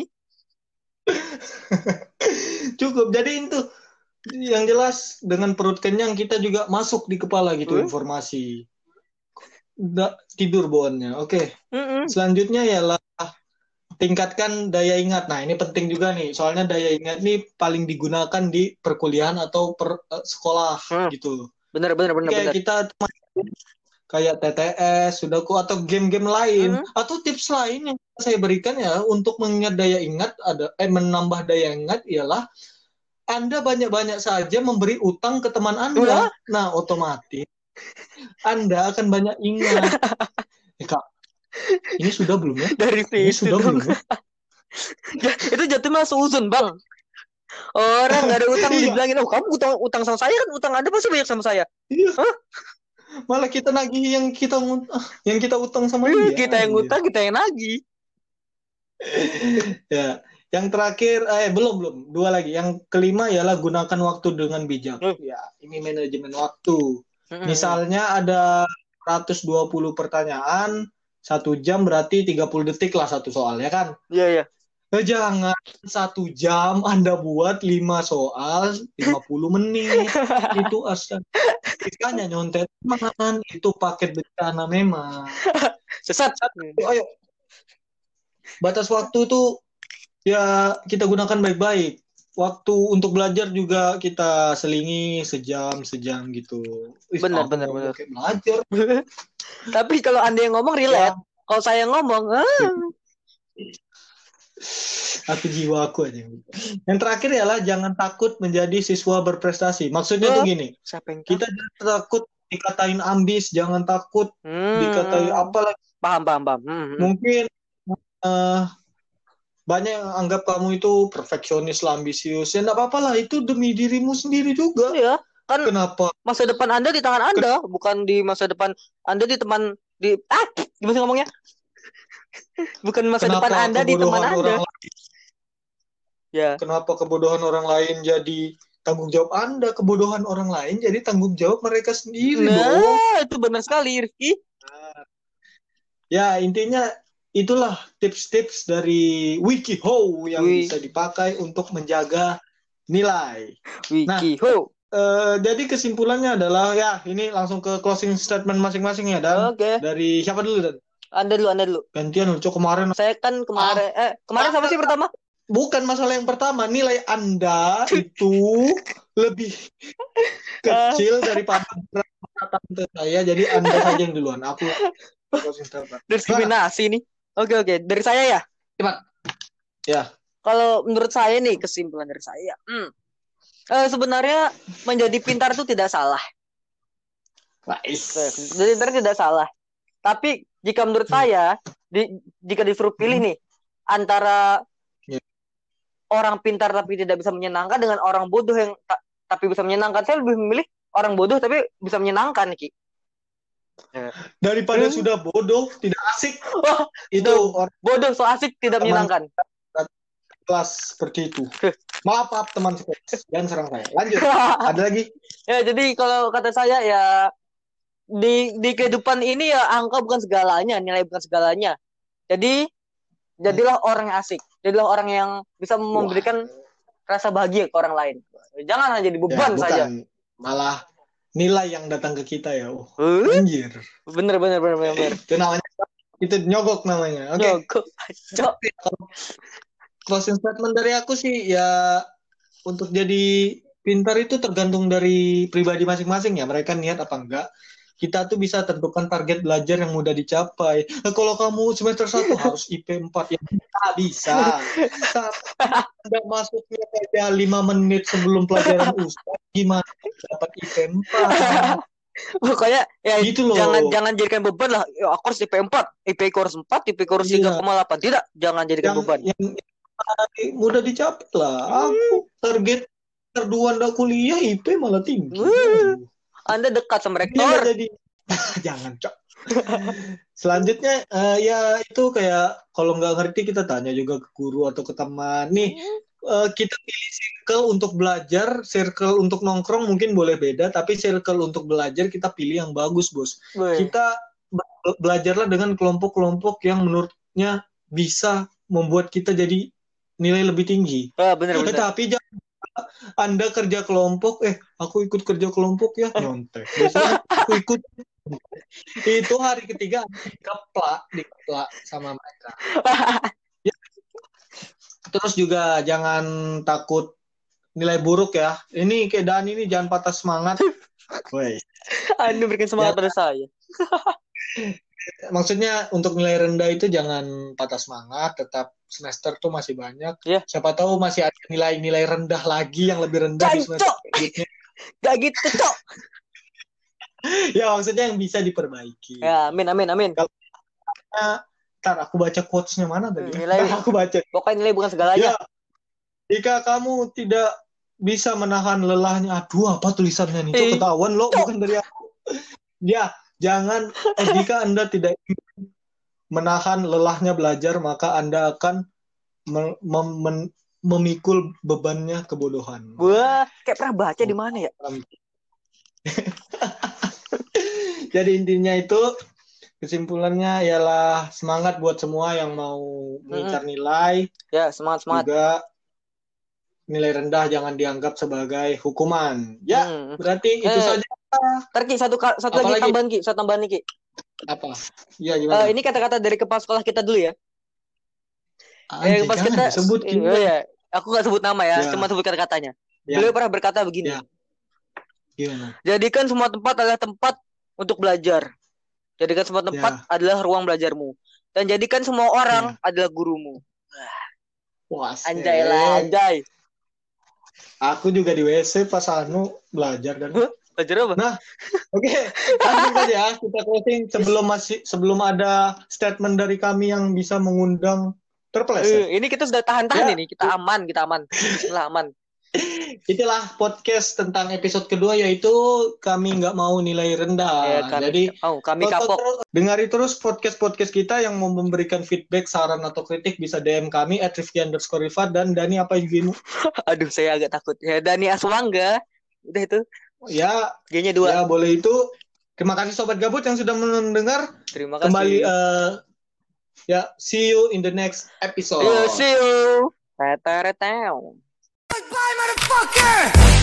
[SPEAKER 1] cukup. Jadi itu yang jelas dengan perut kenyang kita juga masuk di kepala gitu
[SPEAKER 2] Hmm?
[SPEAKER 1] informasi. Udah tidur bawaannya. Oke.
[SPEAKER 2] Mm-mm.
[SPEAKER 1] Selanjutnya ialah tingkatkan daya ingat. Nah, ini penting juga nih. Soalnya daya ingat ini paling digunakan di perkuliahan atau per uh, sekolah
[SPEAKER 2] Hmm.
[SPEAKER 1] gitu.
[SPEAKER 2] Bener, bener, bener,
[SPEAKER 1] Kayak
[SPEAKER 2] bener.
[SPEAKER 1] kita kayak T T S, sudaku atau game-game lain
[SPEAKER 2] Hmm.
[SPEAKER 1] atau tips lain yang saya berikan ya untuk mengingat daya ingat ada eh menambah daya ingat ialah Anda banyak-banyak saja memberi utang ke teman Anda.
[SPEAKER 2] Wah.
[SPEAKER 1] Nah, otomatis Anda akan banyak ingat. Eh, Kak, ini sudah belum ya?
[SPEAKER 2] Dari
[SPEAKER 1] Ini
[SPEAKER 2] situ
[SPEAKER 1] sudah
[SPEAKER 2] dong.
[SPEAKER 1] belum ya?
[SPEAKER 2] Ya, itu jatuhnya seuzon bang. Orang nggak ada utang
[SPEAKER 1] Iya.
[SPEAKER 2] dibilangin, oh kamu utang utang sama saya kan, utang Anda pasti banyak sama saya.
[SPEAKER 1] Iya.
[SPEAKER 2] Hah?
[SPEAKER 1] Malah kita nagih yang kita ngut- ah, yang kita utang sama
[SPEAKER 2] Eh,
[SPEAKER 1] dia.
[SPEAKER 2] kita yang
[SPEAKER 1] Anjir.
[SPEAKER 2] utang, kita yang nagih.
[SPEAKER 1] Ya, yang terakhir eh belum belum dua lagi. Yang kelima ialah gunakan waktu dengan bijak.
[SPEAKER 2] Hmm.
[SPEAKER 1] Ya, ini manajemen waktu.
[SPEAKER 2] Mm-mm.
[SPEAKER 1] Misalnya ada seratus dua puluh pertanyaan, satu jam berarti tiga puluh detik lah satu soal ya kan?
[SPEAKER 2] Iya, iya.
[SPEAKER 1] Eh, jangan satu jam Anda buat lima soal lima puluh menit. Itu astaga. Ikannya nyontet teman, itu paket bencana memang.
[SPEAKER 2] Sesat.
[SPEAKER 1] Ayo, ayo. Batas waktu tuh ya kita gunakan baik-baik. Waktu untuk belajar juga kita selingi sejam sejam gitu. Ih,
[SPEAKER 2] Benar,
[SPEAKER 1] aku
[SPEAKER 2] benar,
[SPEAKER 1] ngomong
[SPEAKER 2] benar.
[SPEAKER 1] kayak belajar.
[SPEAKER 2] Tapi kalau Anda yang ngomong relate, kalau saya ngomong, ah.
[SPEAKER 1] Aku jiwa aku aja. Yang terakhir ialah jangan takut menjadi siswa berprestasi. Maksudnya tuh
[SPEAKER 2] Wah,
[SPEAKER 1] gini,
[SPEAKER 2] siapa yang tahu?
[SPEAKER 1] kita jangan takut dikatain ambis, jangan takut
[SPEAKER 2] Hmm.
[SPEAKER 1] dikatain apa lagi.
[SPEAKER 2] Paham, paham, paham. Hmm, hmm.
[SPEAKER 1] Mungkin eh, banyak yang anggap kamu itu perfeksionis lah, ambisius. Ya enggak apa-apa lah, itu demi dirimu sendiri juga.
[SPEAKER 2] Iya, kan
[SPEAKER 1] Kenapa?
[SPEAKER 2] masa depan Anda di tangan Anda, bukan di masa depan Anda di teman di ah, gimana sih ngomongnya? Bukan masa
[SPEAKER 1] Kenapa
[SPEAKER 2] depan Anda di teman
[SPEAKER 1] kebodohan
[SPEAKER 2] Anda.
[SPEAKER 1] orang lain,
[SPEAKER 2] Ya.
[SPEAKER 1] kenapa kebodohan orang lain jadi tanggung jawab Anda? Kebodohan orang lain jadi tanggung jawab mereka sendiri dong.
[SPEAKER 2] Nah, itu benar sekali, Rifki.
[SPEAKER 1] Ya, intinya itulah tips-tips dari WikiHow yang
[SPEAKER 2] Wi-
[SPEAKER 1] bisa dipakai untuk menjaga nilai.
[SPEAKER 2] Wiki ho.
[SPEAKER 1] Eh, jadi kesimpulannya adalah ya ini langsung ke closing statement masing-masing ya Dan.
[SPEAKER 2] Oke.
[SPEAKER 1] Dari siapa dulu Dan?
[SPEAKER 2] Anda dulu, Anda dulu.
[SPEAKER 1] Gantian Uco kemarin.
[SPEAKER 2] Saya kan kemarin eh kemarin siapa sih pertama?
[SPEAKER 1] Bukan masalah yang pertama, nilai Anda itu lebih kecil daripada tante saya, jadi Anda saja yang duluan. Aku closing statement.
[SPEAKER 2] Diskriminasi nih. Oke, oke. Dari saya ya.
[SPEAKER 1] Ya.
[SPEAKER 2] Kalau menurut saya nih kesimpulan dari saya, hmm. Eh, sebenarnya menjadi pintar itu tidak salah.
[SPEAKER 1] Nice.
[SPEAKER 2] Jadi pintar tidak salah. Tapi jika menurut
[SPEAKER 1] Hmm.
[SPEAKER 2] saya, di, jika disuruh pilih nih antara
[SPEAKER 1] Ya.
[SPEAKER 2] orang pintar tapi tidak bisa menyenangkan dengan orang bodoh yang ta- tapi bisa menyenangkan, saya lebih memilih orang bodoh tapi bisa menyenangkan, Ki.
[SPEAKER 1] Daripada
[SPEAKER 2] Hmm.
[SPEAKER 1] sudah bodoh, tidak asik,
[SPEAKER 2] Wah,
[SPEAKER 1] itu orang
[SPEAKER 2] bodoh so asik tidak
[SPEAKER 1] Teman-
[SPEAKER 2] menyenangkan.
[SPEAKER 1] kelas seperti itu. Maaf, maaf teman saya. Jangan serang saya. Lanjut. Ada lagi?
[SPEAKER 2] Ya, jadi kalau kata saya ya di di kehidupan ini ya angka bukan segalanya, nilai bukan segalanya. Jadi jadilah orang yang asik, jadilah orang yang bisa memberikan rasa bahagia ke orang lain. Jangan hanya jadi
[SPEAKER 1] Ya,
[SPEAKER 2] beban
[SPEAKER 1] bukan.
[SPEAKER 2] saja.
[SPEAKER 1] Malah nilai yang datang ke kita ya. Oh,
[SPEAKER 2] Huh?
[SPEAKER 1] anjir.
[SPEAKER 2] Bener bener bener bener. bener.
[SPEAKER 1] Itu namanya itu nyogok namanya. Oke.
[SPEAKER 2] Nyogok, cok.
[SPEAKER 1] closing statement dari aku sih ya, untuk jadi pintar itu tergantung dari pribadi masing-masing ya. Mereka niat apa enggak. Kita tuh bisa tentukan target belajar yang mudah dicapai. Nah, kalau kamu semester satu harus I P empat, ya nggak bisa. Tapi Anda masuknya saja lima menit sebelum pelajaran Ustaz, gimana dapat I P empat?
[SPEAKER 2] Pokoknya ya
[SPEAKER 1] Gitu loh.
[SPEAKER 2] jangan jangan jadikan beban lah. Ya, aku harus I P empat, I P ku harus empat, I P ku harus
[SPEAKER 1] Iya.
[SPEAKER 2] tiga koma delapan. Tidak, jangan jadikan
[SPEAKER 1] Yang,
[SPEAKER 2] beban.
[SPEAKER 1] yang mudah dicapai lah. Aku target terdua Anda kuliah I P malah tinggi.
[SPEAKER 2] Hmm. Anda dekat sama
[SPEAKER 1] Dia nggak
[SPEAKER 2] rektor.
[SPEAKER 1] jadi. Jangan, Cok. Selanjutnya eh, ya itu kayak kalau nggak ngerti kita tanya juga ke guru atau ke teman. Nih eh, kita pilih circle untuk belajar, circle untuk nongkrong mungkin boleh beda, tapi circle untuk belajar kita pilih yang bagus, Bos.
[SPEAKER 2] Wih.
[SPEAKER 1] Kita be- belajarlah dengan kelompok-kelompok yang menurutnya bisa membuat kita jadi nilai lebih tinggi.
[SPEAKER 2] Ah, bener
[SPEAKER 1] Eh,
[SPEAKER 2] bener.
[SPEAKER 1] tapi jangan Anda kerja kelompok, eh aku ikut kerja kelompok ya, nyontek. Besok aku ikut. Itu hari ketiga dikeplak, dikeplak sama mereka. Ya. Terus juga jangan takut nilai buruk ya. Ini kayak Dani ini jangan patah semangat. Woi.
[SPEAKER 2] Anda berikan semangat
[SPEAKER 1] Ya.
[SPEAKER 2] pada saya.
[SPEAKER 1] Maksudnya untuk nilai rendah itu jangan patah semangat, tetap semester tuh masih banyak.
[SPEAKER 2] Ya.
[SPEAKER 1] Siapa tahu masih ada nilai-nilai rendah lagi yang lebih rendah di semester
[SPEAKER 2] Cancok.
[SPEAKER 1] selanjutnya.
[SPEAKER 2] Gak gitu, Cok.
[SPEAKER 1] Ya maksudnya yang bisa diperbaiki.
[SPEAKER 2] Ya, amin amin amin.
[SPEAKER 1] Nah, ntar aku baca quotes-nya mana tadi?
[SPEAKER 2] Hmm, nilai-
[SPEAKER 1] Ntar aku baca.
[SPEAKER 2] Pokoknya nilai bukan segalanya.
[SPEAKER 1] Ya, jika kamu tidak bisa menahan lelahnya, aduh apa tulisannya nih? Cok,
[SPEAKER 2] Eh,
[SPEAKER 1] ketahuan lo,
[SPEAKER 2] Cok.
[SPEAKER 1] bukan dari aku. Ya, jangan. Eh, jika Anda tidak menahan lelahnya belajar, maka Anda akan me- mem- men- memikul bebannya kebodohan.
[SPEAKER 2] Wah, kayak pernah baca di mana ya?
[SPEAKER 1] Jadi intinya itu kesimpulannya ialah semangat buat semua yang mau mengincar nilai.
[SPEAKER 2] Ya, semangat semangat.
[SPEAKER 1] Juga nilai rendah jangan dianggap sebagai hukuman. Ya,
[SPEAKER 2] Hmm.
[SPEAKER 1] berarti itu
[SPEAKER 2] Eh,
[SPEAKER 1] saja.
[SPEAKER 2] Ntar, Ki, satu ka- satu
[SPEAKER 1] Apa
[SPEAKER 2] lagi
[SPEAKER 1] lagi?
[SPEAKER 2] tambahan Ki, satu tambahan nih Ki.
[SPEAKER 1] Apa? Ya
[SPEAKER 2] Eh,
[SPEAKER 1] gimana?
[SPEAKER 2] ini kata-kata dari kepala sekolah kita dulu ya.
[SPEAKER 1] Anjay,
[SPEAKER 2] Eh, pas
[SPEAKER 1] jangan
[SPEAKER 2] kita
[SPEAKER 1] disebut
[SPEAKER 2] eh,
[SPEAKER 1] kita.
[SPEAKER 2] oh ya, aku nggak sebut nama ya,
[SPEAKER 1] Ya.
[SPEAKER 2] cuma sebut kata-katanya.
[SPEAKER 1] Ya.
[SPEAKER 2] Beliau pernah berkata begini.
[SPEAKER 1] Ya. Gimana?
[SPEAKER 2] Jadikan semua tempat adalah tempat untuk belajar. Jadikan semua tempat
[SPEAKER 1] Ya.
[SPEAKER 2] adalah ruang belajarmu. Dan jadikan semua orang adalah gurumu.
[SPEAKER 1] Wah,
[SPEAKER 2] Anjay lah, anjay.
[SPEAKER 1] Aku juga di W C pas anu belajar dan
[SPEAKER 2] Huh? Belajar apa?
[SPEAKER 1] Nah, oke, lanjut aja kita closing sebelum masih sebelum ada statement dari kami yang bisa mengundang terpeleset.
[SPEAKER 2] Eh, ini kita sudah tahan-tahan
[SPEAKER 1] Ya.
[SPEAKER 2] ini, kita aman, kita aman. Bismillah, aman.
[SPEAKER 1] Itulah podcast tentang episode kedua, yaitu kami nggak mau nilai rendah.
[SPEAKER 2] Eh, kami,
[SPEAKER 1] Jadi
[SPEAKER 2] oh, kami
[SPEAKER 1] tonton
[SPEAKER 2] kapok.
[SPEAKER 1] terus- dengari terus podcast-podcast kita yang mau memberikan feedback, saran atau kritik bisa D M kami at Rifki underscore Rifat dan Dani apa G-mu?
[SPEAKER 2] Aduh, saya agak takut. Ya, Dani Aswangga. Udah itu.
[SPEAKER 1] Ya,
[SPEAKER 2] G-nya dua.
[SPEAKER 1] ya boleh itu. Terima kasih Sobat Gabut yang sudah mendengar.
[SPEAKER 2] Terima kasih.
[SPEAKER 1] Kembali eh, ya, see you in the next episode.
[SPEAKER 2] Yo, see you. Tetereteu.
[SPEAKER 4] Bye, motherfucker!